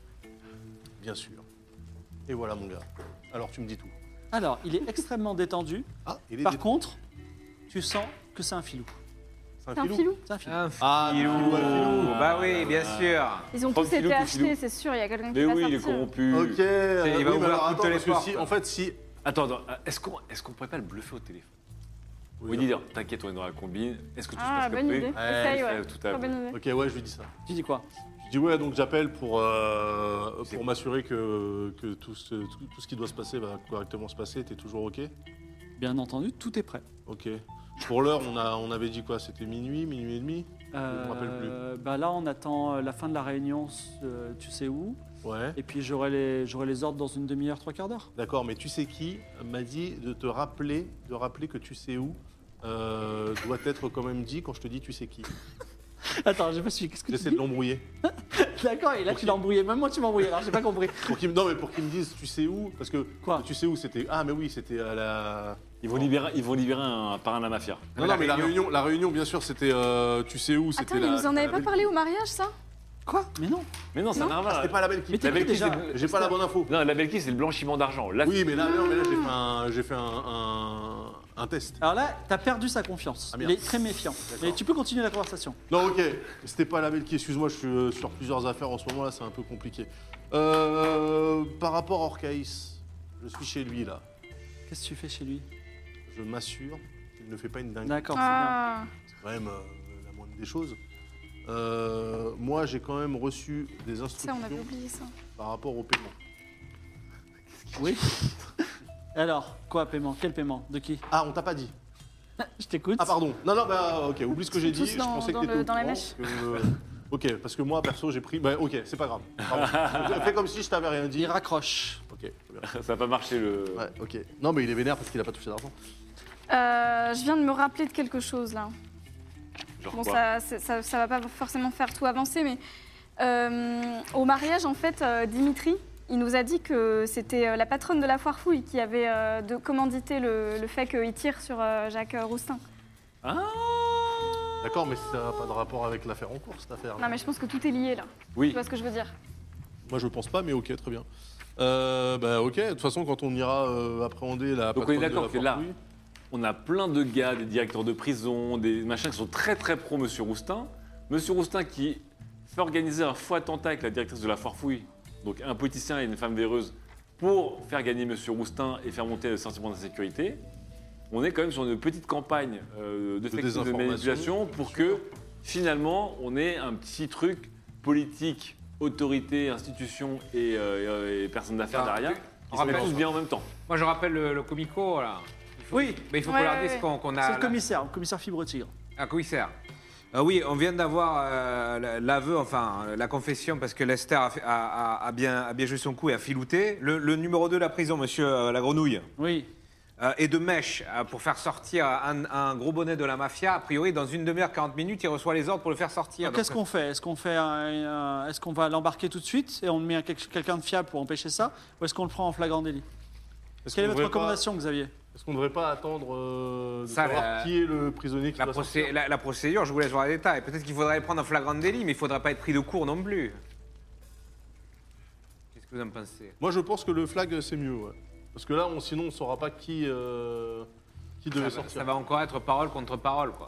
Bien sûr. Et voilà mon gars. Alors tu me dis tout. Alors, il est extrêmement détendu. Ah, il est Par dé- contre, tu sens que c'est un filou. c'est C'est un filou. C'est un filou. Un Ah, filou. filou, ouais, filou. Bah oui, bien sûr. Ils ont Prends tous le filou, été tout achetés, filou. c'est sûr. Il y a quelqu'un qui Mais va oui, il est sortir. corrompu. Ok. euh, il va oui, mais ouvrir alors, toutes attends, les parce que portes. si, en fait, si. Attends, attends, est-ce qu'on est qu'on pourrait pas le bluffer au téléphone? Oui, dire, t'inquiète, on est dans la combine. Est-ce que tout Ah, se passe bonne comme idée. prévu? Essaye, Ouais, ouais. tout à Très fait. bonne idée. Ok, ouais, je lui dis ça. Tu dis quoi? Je dis ouais, donc j'appelle pour, euh, pour m'assurer que, que tout, ce, tout, tout ce qui doit se passer va correctement se passer. T'es toujours ok? Bien entendu, tout est prêt. Ok. Pour l'heure, on, a, on avait dit quoi? C'était minuit, minuit et demi? Euh, me rappelle bah là, on attend euh, la fin de la réunion, euh, tu sais où. Ouais. Et puis j'aurai les, j'aurai les ordres dans une demi-heure, trois quarts d'heure. D'accord, mais tu sais qui m'a dit de te rappeler, de rappeler que tu sais où euh, doit être quand même dit quand je te dis tu sais qui. Attends, j'ai pas suivi. Qu'est-ce que tu J'essaie dis? de l'embrouiller. D'accord, et là Pour tu qui- l'as embrouillé. Même moi, tu m'as embrouillé. Alors j'ai pas compris. Pour qu'il me- non, mais pour qu'il me dise tu sais où, parce que Quoi? tu sais où c'était. Ah, mais oui, c'était à la. Ils vont libérer, ils vont libérer un parrain de la mafia. Non, non, mais la réunion, la réunion, bien sûr, c'était. euh, tu sais où, c'était Attends, la. ils nous en c'était avaient la pas belle- parlé au mariage, ça? Quoi? Mais non. Mais non, ça n'a rien à voir. C'était pas la belle qui. Mais t'es La qui belle qui, déjà? c'est- J'ai pas la bonne info. Non, la belle qui, c'est le blanchiment d'argent. Là, Oui, mais là, non, mais là, j'ai fait un, j'ai fait un, un, un test. Alors là, t'as perdu sa confiance. Ah, Il merde. est très méfiant. D'accord. Et tu peux continuer la conversation. Non, ok. C'était pas la belle qui. Excuse-moi, je suis euh, sur plusieurs affaires en ce moment là, c'est un peu compliqué. Euh, par rapport à Orcaïs, je suis chez lui là. Qu'est-ce que tu fais chez lui? Je m'assure qu'il ne fait pas une dinguerie. D'accord, Ah, C'est quand même euh, la moindre des choses. Euh, moi, j'ai quand même reçu des ça, on instructions avait oublié ça. par rapport au paiement. c'est bien. Oui. Alors, quoi, paiement? Quel paiement? De qui? Ah, on t'a pas dit. Je t'écoute. Ah, pardon. Non, non, bah, ok, oublie ce que j'ai Tous dit. dans- je pensais dans que t'étais le- au dans la courant, mèche. que, euh, ok, parce que moi, perso, j'ai pris. Bah, ok, c'est pas grave. Pardon. Fais comme si je t'avais rien dit. Il raccroche. Ok, très bien. ça va pas marcher le. Ouais, ok. Non, mais il est vénère parce qu'il a pas touché d'argent. Euh, je viens de me rappeler de quelque chose, là. Genre Bon, quoi ça, c'est- ça, ça va pas forcément faire tout avancer, mais euh, au mariage, en fait, euh, Dimitri, il nous a dit que c'était euh, la patronne de la foire fouille qui avait euh, de commandité le, le fait qu'il tire sur euh, Jacques euh, Roustin. Ah D'accord, mais ça n'a pas de rapport avec l'affaire en cours, cette affaire. Non, mais je pense que tout est lié, là. Tu Oui. vois ce que je veux dire? Moi, je pense pas, mais ok, très bien. Euh, bah, ok, de toute façon, quand on ira euh, appréhender la. Donc on est patronne de d'accord la que foire là, fouille- on a plein de gars, des directeurs de prison, des machins qui sont très très pro Monsieur Roustin. Monsieur Roustin qui fait organiser un faux attentat avec la directrice de la foire fouille, donc un politicien et une femme véreuse, pour faire gagner Monsieur Roustin et faire monter le sentiment d'insécurité. On est quand même sur une petite campagne euh, de, fake news, de désinformation. manipulation pour que finalement on ait un petit truc politique, autorité, institution et, euh, et personnes d'affaires Ah, derrière tu- qui se mettent rappelle- tous bien en même temps. Moi, je rappelle le, le comico, là. Il faut- Oui. Mais il faut Ouais, qu'on leur ouais, dise ouais. qu'on qu'on a. C'est le la- commissaire, le commissaire Fibre Tigre. Ah, commissaire. Euh, oui, on vient d'avoir euh, l'aveu, enfin la confession, parce que Lester a, fait- a- a- a bien, a bien joué son coup et a filouté. Le, le numéro deux de la prison, monsieur euh, la grenouille, Oui. euh, est de mèche euh, pour faire sortir un, un gros bonnet de la mafia. A priori, dans une demi-heure, quarante minutes, il reçoit les ordres pour le faire sortir. Alors, Qu'est-ce Donc, qu'on fait Est-ce qu'on fait un- un- est-ce qu'on va l'embarquer tout de suite et on met un quel- quelqu'un de fiable pour empêcher ça, ou est-ce qu'on le prend en flagrant délit? Est-ce Quelle est qu'on votre devrait pas- recommandation, Xavier? Est-ce qu'on ne devrait pas attendre euh, de Ça, savoir la- qui est le prisonnier qui La, va procé- sortir la- la procédure, je vous laisse voir les détails. Peut-être qu'il faudrait le prendre en flagrant délit, mais il ne faudrait pas être pris de court non plus. Qu'est-ce que vous en pensez? Moi, je pense que le flag, c'est mieux, ouais. Parce que là, on, sinon, on ne saura pas qui, euh, qui devait ça, va- sortir. ça va encore être parole contre parole, quoi.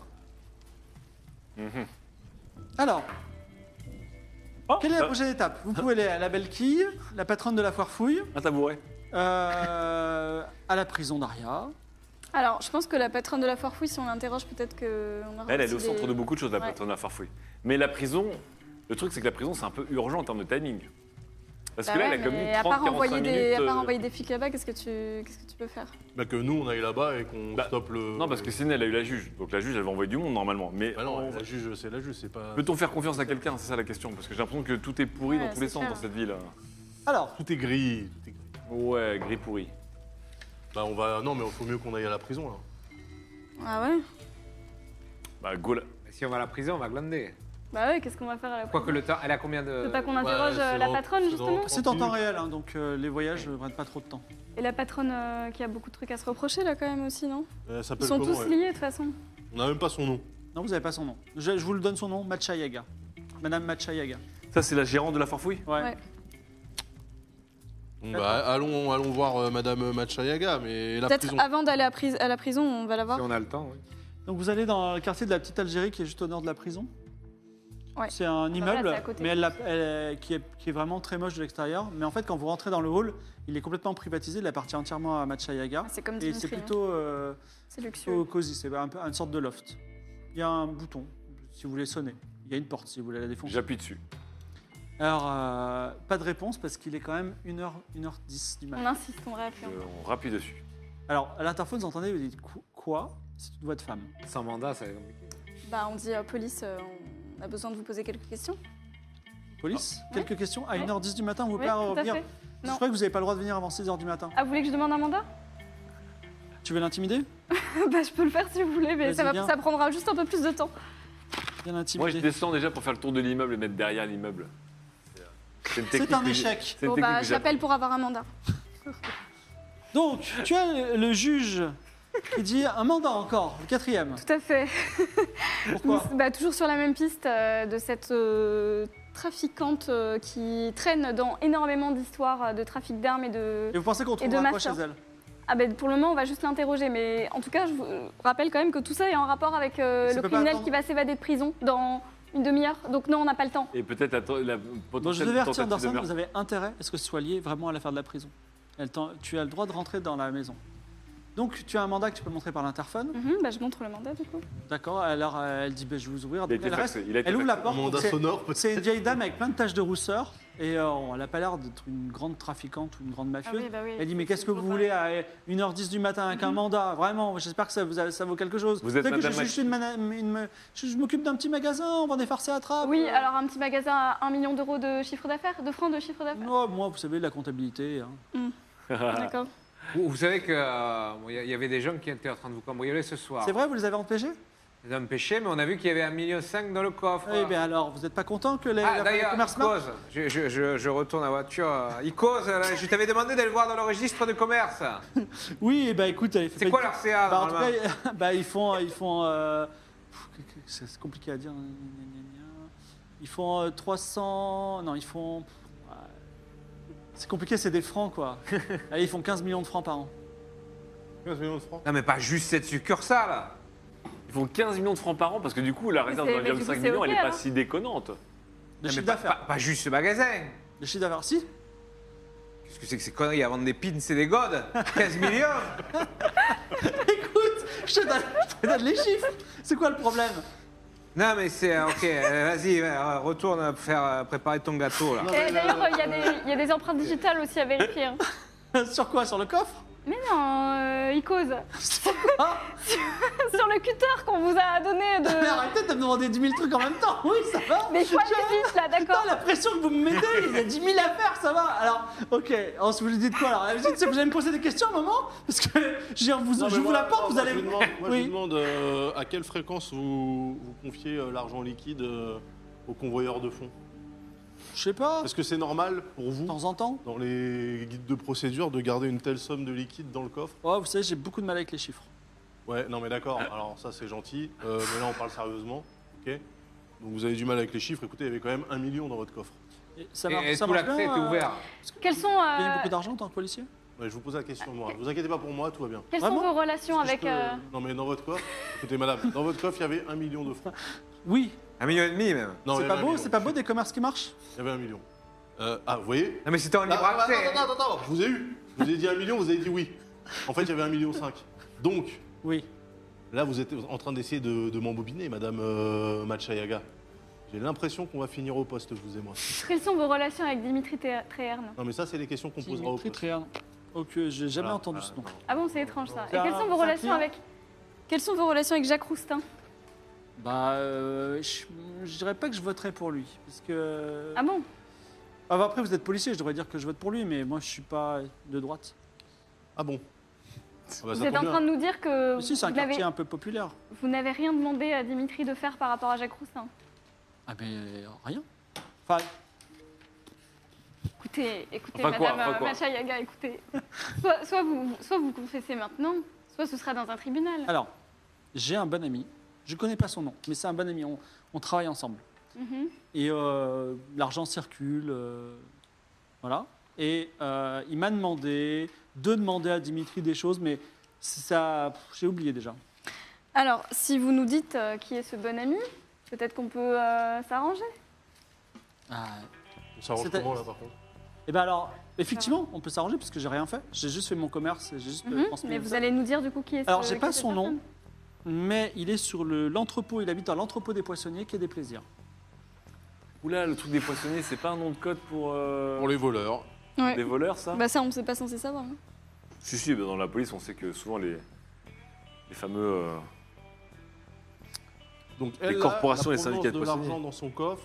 Alors, Oh, quelle est la ah, prochaine étape? Vous pouvez aller à la belle quille, la patronne de la foire fouille, un tabouret. euh, à la prison d'Aria. Alors, je pense que la patronne de la foire fouille, si on l'interroge, peut-être qu'on aura Elle, elle est au aussi centre des- de beaucoup de choses, la Ouais. patronne de la farfouille. Mais la prison, le truc, c'est que la prison, c'est un peu urgent en termes de timing. Parce Bah que là, ouais, elle a comme mais mis à trente part à quarante-cinq envoyer minutes. des, à euh, part envoyer des flics là-bas, qu'est-ce que tu, qu'est-ce que tu peux faire? Bah, que nous, on aille là-bas et qu'on Bah, stoppe le... Non, parce que sinon, elle a eu la juge. Donc la juge, elle va envoyer du monde normalement. Mais Bah non, on- la juge, c'est la juge, c'est pas... peut-on faire confiance à quelqu'un? C'est ça la question. Parce que j'ai l'impression que tout est pourri Ouais, dans tous les c'est sens clair. dans cette ville. Alors, Tout est gris, tout est gris. Ouais, gris pourri. Bah, on va... Non, mais il faut mieux qu'on aille à la prison, là. Ah ouais? Bah, go là. Mais si on va à la prison, on va glander. Bah ouais, qu'est-ce qu'on va faire à la Quoique prison? le temps, elle a combien Tu de... veux pas qu'on Ouais, interroge c'est euh, la dans- patronne, c'est justement? dans- c'est en temps réel, hein, donc euh, les voyages ne prennent pas trop de temps. Et la patronne euh, qui a beaucoup de trucs à se reprocher, là, quand même, aussi, non? Elle Ils s'appelle sont comment, tous elle liés, de toute façon. On n'a même pas son nom. Non, vous n'avez pas son nom. Je, je vous le donne son nom, Machayaga. Madame Machayaga. Ça, c'est la gérante de la farfouille? Ouais. Ouais. Bon, bah, allons, allons voir euh, Madame Machayaga, mais la Peut-être prison... avant d'aller à, pris- à la prison, on va la voir. Si on a le temps, oui. Donc vous allez dans le quartier de la Petite Algérie qui est juste au nord de la prison. Ouais. C'est un voilà, immeuble, c'est à côté. mais elle l'a- elle- qui, est, qui est vraiment très moche de l'extérieur. Mais en fait, quand vous rentrez dans le hall, il est complètement privatisé. Il appartient entièrement à Machayaga. Ah, c'est comme Et Dimitri, c'est hein. plutôt, euh, C'est luxueux. plutôt cosy. C'est un peu une sorte de loft. Il y a un bouton si vous voulez sonner. Il y a une porte si vous voulez la défoncer. J'appuie dessus. Alors, euh, pas de réponse parce qu'il est quand même une heure, une heure dix du On matin. insiste, on réappuie. Euh, on rappuie dessus. Alors, à l'interphone, vous entendez, vous dites Qu- quoi? C'est une voix de femme. Sans mandat, ça va être compliqué. Bah, on dit euh, police, euh, on a besoin de vous poser quelques questions. Police, Ah. quelques questions. À Ouais. une heure dix du matin, vous Oui, pouvez pas tout à revenir. fait. Je Non. crois que vous n'avez pas le droit de venir avant six heures du matin. Ah, vous voulez que je demande un mandat? Tu veux l'intimider? Bah, je peux le faire si vous voulez, mais Vas-y, ça, va, viens. ça prendra juste un peu plus de temps. Viens Moi, l'intimider. je descends déjà pour faire le tour de l'immeuble et mettre derrière l'immeuble. C'est une C'est technique un que j'ai- échec. C'est une Bon, technique bah, que je j'ai l'appelle pour avoir un mandat. Donc, tu as le, le juge qui dit un mandat encore, le quatrième. Tout à fait. Pourquoi? Bah, toujours sur la même piste euh, de cette euh, trafiquante euh, qui traîne dans énormément d'histoires euh, de trafic d'armes et de... Et vous pensez qu'on Et de trouvera quoi chez mafia. elle? Ah ben pour le moment, on va juste l'interroger, mais en tout cas, je vous rappelle quand même que tout ça est en rapport avec euh, Ça le peut pas criminel attendre. qui va s'évader de prison dans une demi-heure. Donc non, on n'a pas le temps. Et peut-être la, to- la Bon, je potentielle devais avertir tentative de Anderson, meurtre. vous avez intérêt à ce que ce soit lié vraiment à l'affaire de la prison. Elle t'en- tu as le droit de rentrer dans la maison. Donc, tu as un mandat que tu peux montrer par l'interphone. Mhm, bah, je montre le mandat du coup. D'accord. Alors, euh, elle dit ben, je vais vous ouvrir. Il a Donc, été elle, reste, faxé, il a été elle ouvre la faxé. Un porte. mandat C'est- sonore, peut-être. C'est une vieille dame avec plein de taches de rousseur. Et euh, elle n'a pas l'air d'être une grande trafiquante ou une grande mafieuse. bah oui. Elle dit mais qu'est-ce que vous voulez à une heure dix du matin avec un mandat? Vraiment, j'espère que ça, vous a- ça vaut quelque chose. Vous êtes savez que je, Madame suis juste une mana- une- je, je m'occupe d'un petit magasin, on vend des farces à trappe. Oui, alors un petit magasin à un million d'euros de chiffre d'affaires, de francs de chiffre d'affaires. Oh, moi, vous savez, la comptabilité. hein. D'accord. Vous, vous savez qu'il y avait des gens qui étaient en train de vous cambrioler ce soir. C'est vrai, vous les avez empêchés? Ils ont péché, mais on a vu qu'il y avait un million cinq dans le coffre. Eh bien alors, vous n'êtes pas content que les, Ah, la- d'ailleurs, les commerces marchent? Icos, je, je, je, je retourne à la voiture. Icos, là, je t'avais demandé d'aller voir dans le registre de commerce. Oui, eh ben écoute, elle fait C'est pas quoi une- leur C A, bah, en tout normalement cas, bah, ils font, ils font, euh, pff, c'est c'est compliqué à dire. Gna, gna, gna, gna. Ils font euh, trois cents, non, ils font, pff, ouais. C'est compliqué, c'est des francs quoi. Allez, ils font quinze millions de francs par an. quinze millions de francs. Non, mais pas juste cette succursale. Ils font quinze millions de francs par an parce que du coup, la réserve de c'est- mais du un virgule cinq coup, c'est millions, ok, elle n'est pas alors. si déconnante. De Non, mais chiffre pas, d'affaires. pas- pas juste ce magasin. De chiffre d'affaires, si. Qu'est-ce que c'est que ces conneries à vendre des pins et des godes? quinze millions. Écoute, je te donne, je te donne les chiffres. C'est quoi le problème? Non, mais c'est... Ok, euh, vas-y, euh, retourne faire, euh, préparer ton gâteau, là. Et d'ailleurs, il y, a des- il y a des empreintes digitales aussi à vérifier. hein. Sur quoi? Sur le coffre? Mais non, euh, Icos. Ah, Sur le cutter qu'on vous a donné de. mais arrêtez de me demander dix mille trucs en même temps. Oui, ça va. Mais il faut aller vite là, Putain, d'accord. la pression que vous me mettez, il y a dix mille à faire, ça va. Alors, ok, ensuite vous lui dites quoi alors? Vous dites, vous allez me poser des questions à un moment? Parce que je veux dire, vous, Non, je mais vous moi- la porte, non, vous moi, allez. Je vous demande, moi, je Oui. vous demande euh, à quelle fréquence vous, vous confiez euh, l'argent liquide euh, aux convoyeurs de fonds. Je sais pas, Est-ce que c'est normal pour de vous, temps en temps. dans les guides de procédure, de garder une telle somme de liquide dans le coffre? Oh, vous savez, j'ai beaucoup de mal avec les chiffres. Ouais, non mais d'accord, alors ça c'est gentil, euh, mais là on parle sérieusement, ok? Donc vous avez du mal avec les chiffres, écoutez, il y avait quand même un million dans votre coffre. Et ça Et, marche, et ça tout marche l'accès bien, était euh, ouvert. Quels sont, Vous gagnez euh, beaucoup d'argent en tant que policier? Ouais, je vous pose la question moi, ne vous inquiétez pas pour moi, tout va bien. quelles sont Vraiment vos relations Est-ce avec. que je peux- euh, Non mais dans votre coffre, écoutez madame, dans votre coffre il y avait un million de francs. Oui. Un million et demi même. Non, il y C'est avait pas un beau, million. c'est pas beau des commerces qui marchent? Il y avait un million. Euh, ah, vous voyez? Non mais c'était en Ah, libre ah, accès. attends, attends, attends, attends, je vous ai eu. Je vous ai dit un million, vous avez dit oui. En fait, il y avait un million cinq. Donc, Oui. là, vous êtes en train d'essayer de, de m'embobiner, madame euh, Machayaga. J'ai l'impression qu'on va finir au poste, vous et moi. Quelles sont vos relations avec Dimitri Tré- Tréherne? Non, mais ça, c'est les questions qu'on posera au Dimitri poste. Tréherne. Ok, j'ai jamais Voilà, entendu voilà, ce nom. voilà. Ah bon, c'est étrange ça. C'est Et quelles un- sont vos c'est un relations client avec. Quelles sont vos relations avec Jacques Roustin? Bah, euh, je, je dirais pas que je voterais pour lui, parce que. Ah bon? Ah, bah, après, vous êtes policier, je devrais dire que je vote pour lui, mais moi, je suis pas de droite. Ah bon Ah bah, Vous ça êtes tombe en bien. train de nous dire que Mais si, c'est un vous n'avez quartier un peu populaire. vous n'avez rien demandé à Dimitri de faire par rapport à Jacques Roustin. Ah, mais euh, rien. Enfin, Écoutez, écoutez, Enfin quoi, Madame enfin euh, quoi Machayaga, écoutez. Soit, soit vous, soit vous confessez maintenant, soit ce sera dans un tribunal. alors, j'ai un bon ami. Je connais pas son nom, mais c'est un bon ami. On, on travaille ensemble. Mhm. Et euh, l'argent circule. euh, voilà. Et euh, il m'a demandé de demander à Dimitri des choses, mais ça, pff, j'ai oublié déjà. Alors, si vous nous dites euh, qui est ce bon ami, peut-être qu'on peut, euh, s'arranger. Ah, On s'arrange C'était- comment, là, par contre? et ben alors, effectivement, on peut s'arranger parce que j'ai rien fait. J'ai juste fait mon commerce, j'ai juste euh, Mhm. transmis Mais ça. vous allez nous dire du coup qui est ce Alors, j'ai qui pas est cette son nom, personne. mais il est sur le- l'entrepôt. Il habite dans l'entrepôt des poissonniers, qui est des plaisirs. Oula, le truc des poissonniers, c'est pas un nom de code pour, euh, Pour les voleurs. Ouais. des voleurs, ça? Bah ça, on ne pas censé savoir. hein. Si, si, bah, dans la police, on sait que souvent les, les fameux. euh, Donc, Les elle, là, corporations la et syndicats de provenance de poissonniers. l'argent dans son coffre.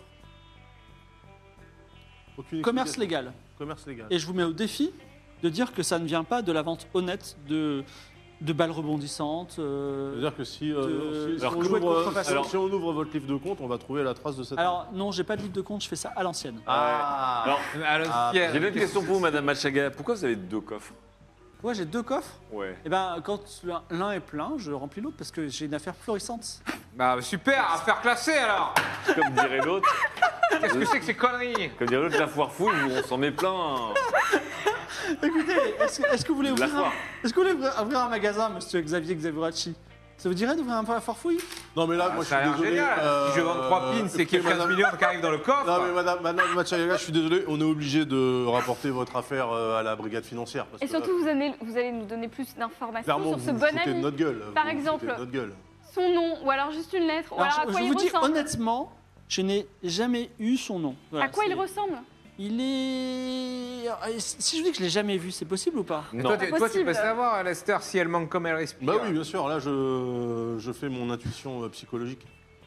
Aucune Commerce explication. légal. Commerce légal. Et je vous mets au défi de dire que ça ne vient pas de la vente honnête de, de balles rebondissantes. euh, C'est-à-dire que si, euh, de- si- si Alors, on que- ouvre, contrefaçon. alors, si on ouvre votre livre de compte, on va trouver la trace de cette. Alors, non, j'ai pas de livre de compte, je fais ça à l'ancienne. Ah Alors, À l'ancienne. j'ai une autre question pour vous, Madame Machaga. Pourquoi vous avez deux coffres? Ouais, j'ai deux coffres. Ouais. Et ben, quand l'un- l'un est plein, je remplis l'autre parce que j'ai une affaire florissante. Bah super, affaire classée alors. Comme dirait l'autre, Qu'est-ce que c'est que ces conneries? comme dirait l'autre, la foire fouille, on s'en met plein. Écoutez, est-ce que, est-ce que vous voulez La ouvrir un, foire. est-ce que vous voulez ouvrir ouvrir un magasin, monsieur Xavier Xavioracci? Ça vous dirait d'ouvrir un peu à Farfouille? Non, mais là, moi, je Ça a suis l'air désolé. génial. euh, Si je vends trois pins, c'est qu'il y a écoutez, quinze madame- millions qui arrivent dans le coffre. Non, mais madame, madame Machayaga, je suis désolé, on est obligé de rapporter votre affaire euh, à la brigade financière. Parce Et que surtout, là, vous allez, vous allez nous donner plus d'informations clairement, sur vous ce vous bon foutez de ami. notre gueule. Par vous vous exemple. foutez de notre gueule. Son nom, ou alors juste une lettre, ou alors, Alors, à je, quoi je il vous dis ressemble. honnêtement, je n'ai jamais eu son nom. Voilà, À quoi il c'est- ressemble? Il est. Si je vous dis que je l'ai jamais vu, c'est possible ou pas? Et Non. toi, tu- toi, tu Possible. peux savoir, Lester, si elle manque comme elle respire. Bah oui, bien sûr, là, je, je fais mon intuition euh, psychologique.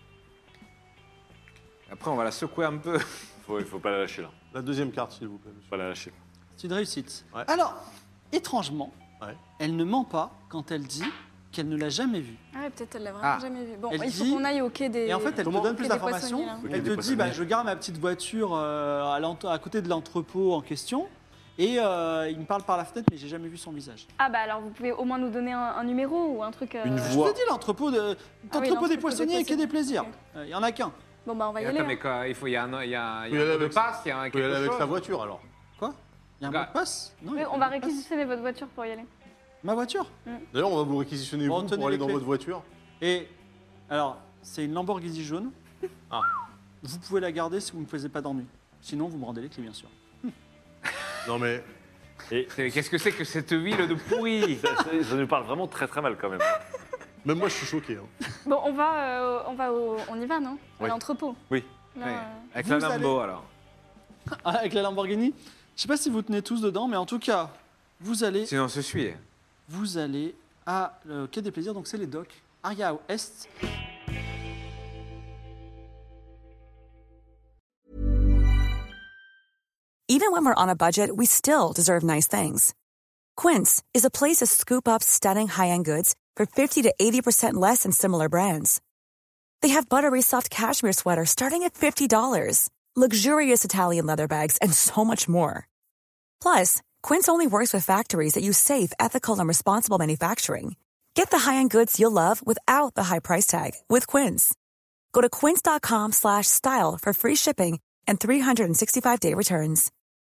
Après, on va la secouer un peu. Faut, il faut pas la lâcher là. La deuxième carte, s'il vous plaît, monsieur. Faut pas la lâcher. C'est une réussite. Ouais. Alors, étrangement, Ouais. elle ne ment pas quand elle dit qu'elle ne l'a jamais vu. Ah ouais, peut-être elle l'a vraiment Ah. jamais vu. Bon, Elle il faut dit- qu'on aille au quai des. Et en fait, elle Comment te donne au plus quai des d'informations. poissonniers, là. Ok, Elle des te dit, poissonniers. bah, je garde ma petite voiture euh, à, l'ent- à côté de l'entrepôt en question. Et euh, il me parle par la fenêtre, mais j'ai jamais vu son visage. Ah bah alors vous pouvez au moins nous donner un, un numéro ou un truc. euh, Une Je voix. vous ai dit l'entrepôt de, l'entrepôt Ah l'entrepôt des des poissonniers et qui est des plaisirs. Ok. Euh, Il y en a qu'un. Bon bah on va y Et aller. attends, hein. mais quoi, il faut, il y a un, il y a, il y Faut y a aller un mot de avec- passe, il y a un Vous pouvez y aller quelque avec chose. sa voiture, alors. Quoi Il y a un Gars. mot de passe Non, il y Oui, a on pas va de mot de passe. réquisitionner votre voiture pour y aller. Ma voiture. D'ailleurs, on va vous réquisitionner Bon, vous tenez pour aller les dans clés. votre voiture. Et alors, c'est une Lamborghini jaune. Ah. Vous pouvez la garder si vous ne me faisiez pas d'ennui. Sinon, vous me rendez les clés, bien sûr. Non, mais Et C'est- Qu'est-ce que c'est que cette huile de pourri? ça, ça- ça nous parle vraiment très très mal quand même. même moi, je suis choqué. hein. Bon, on va, euh, on va au, on y va, non À Oui. l'entrepôt. Oui. Là, Ouais. euh, Avec Vous la Lambo, allez- alors. Ah, avec la Lamborghini. Je sais pas si vous tenez tous dedans, mais en tout cas, Vous allez, Sinon, on se suit. vous allez à le Quai des Plaisirs, donc c'est les docks. Aria Est. Even when we're on a budget, we still deserve nice things. Quince is a place to scoop up stunning high-end goods for fifty to eighty percent less than similar brands. They have buttery soft cashmere sweaters starting at fifty dollars, luxurious Italian leather bags, and so much more. Plus, Quince only works with factories that use safe, ethical, and responsible manufacturing. Get the high-end goods you'll love without the high price tag with Quince. Go to quince.com slash style for free shipping and three sixty-five day returns.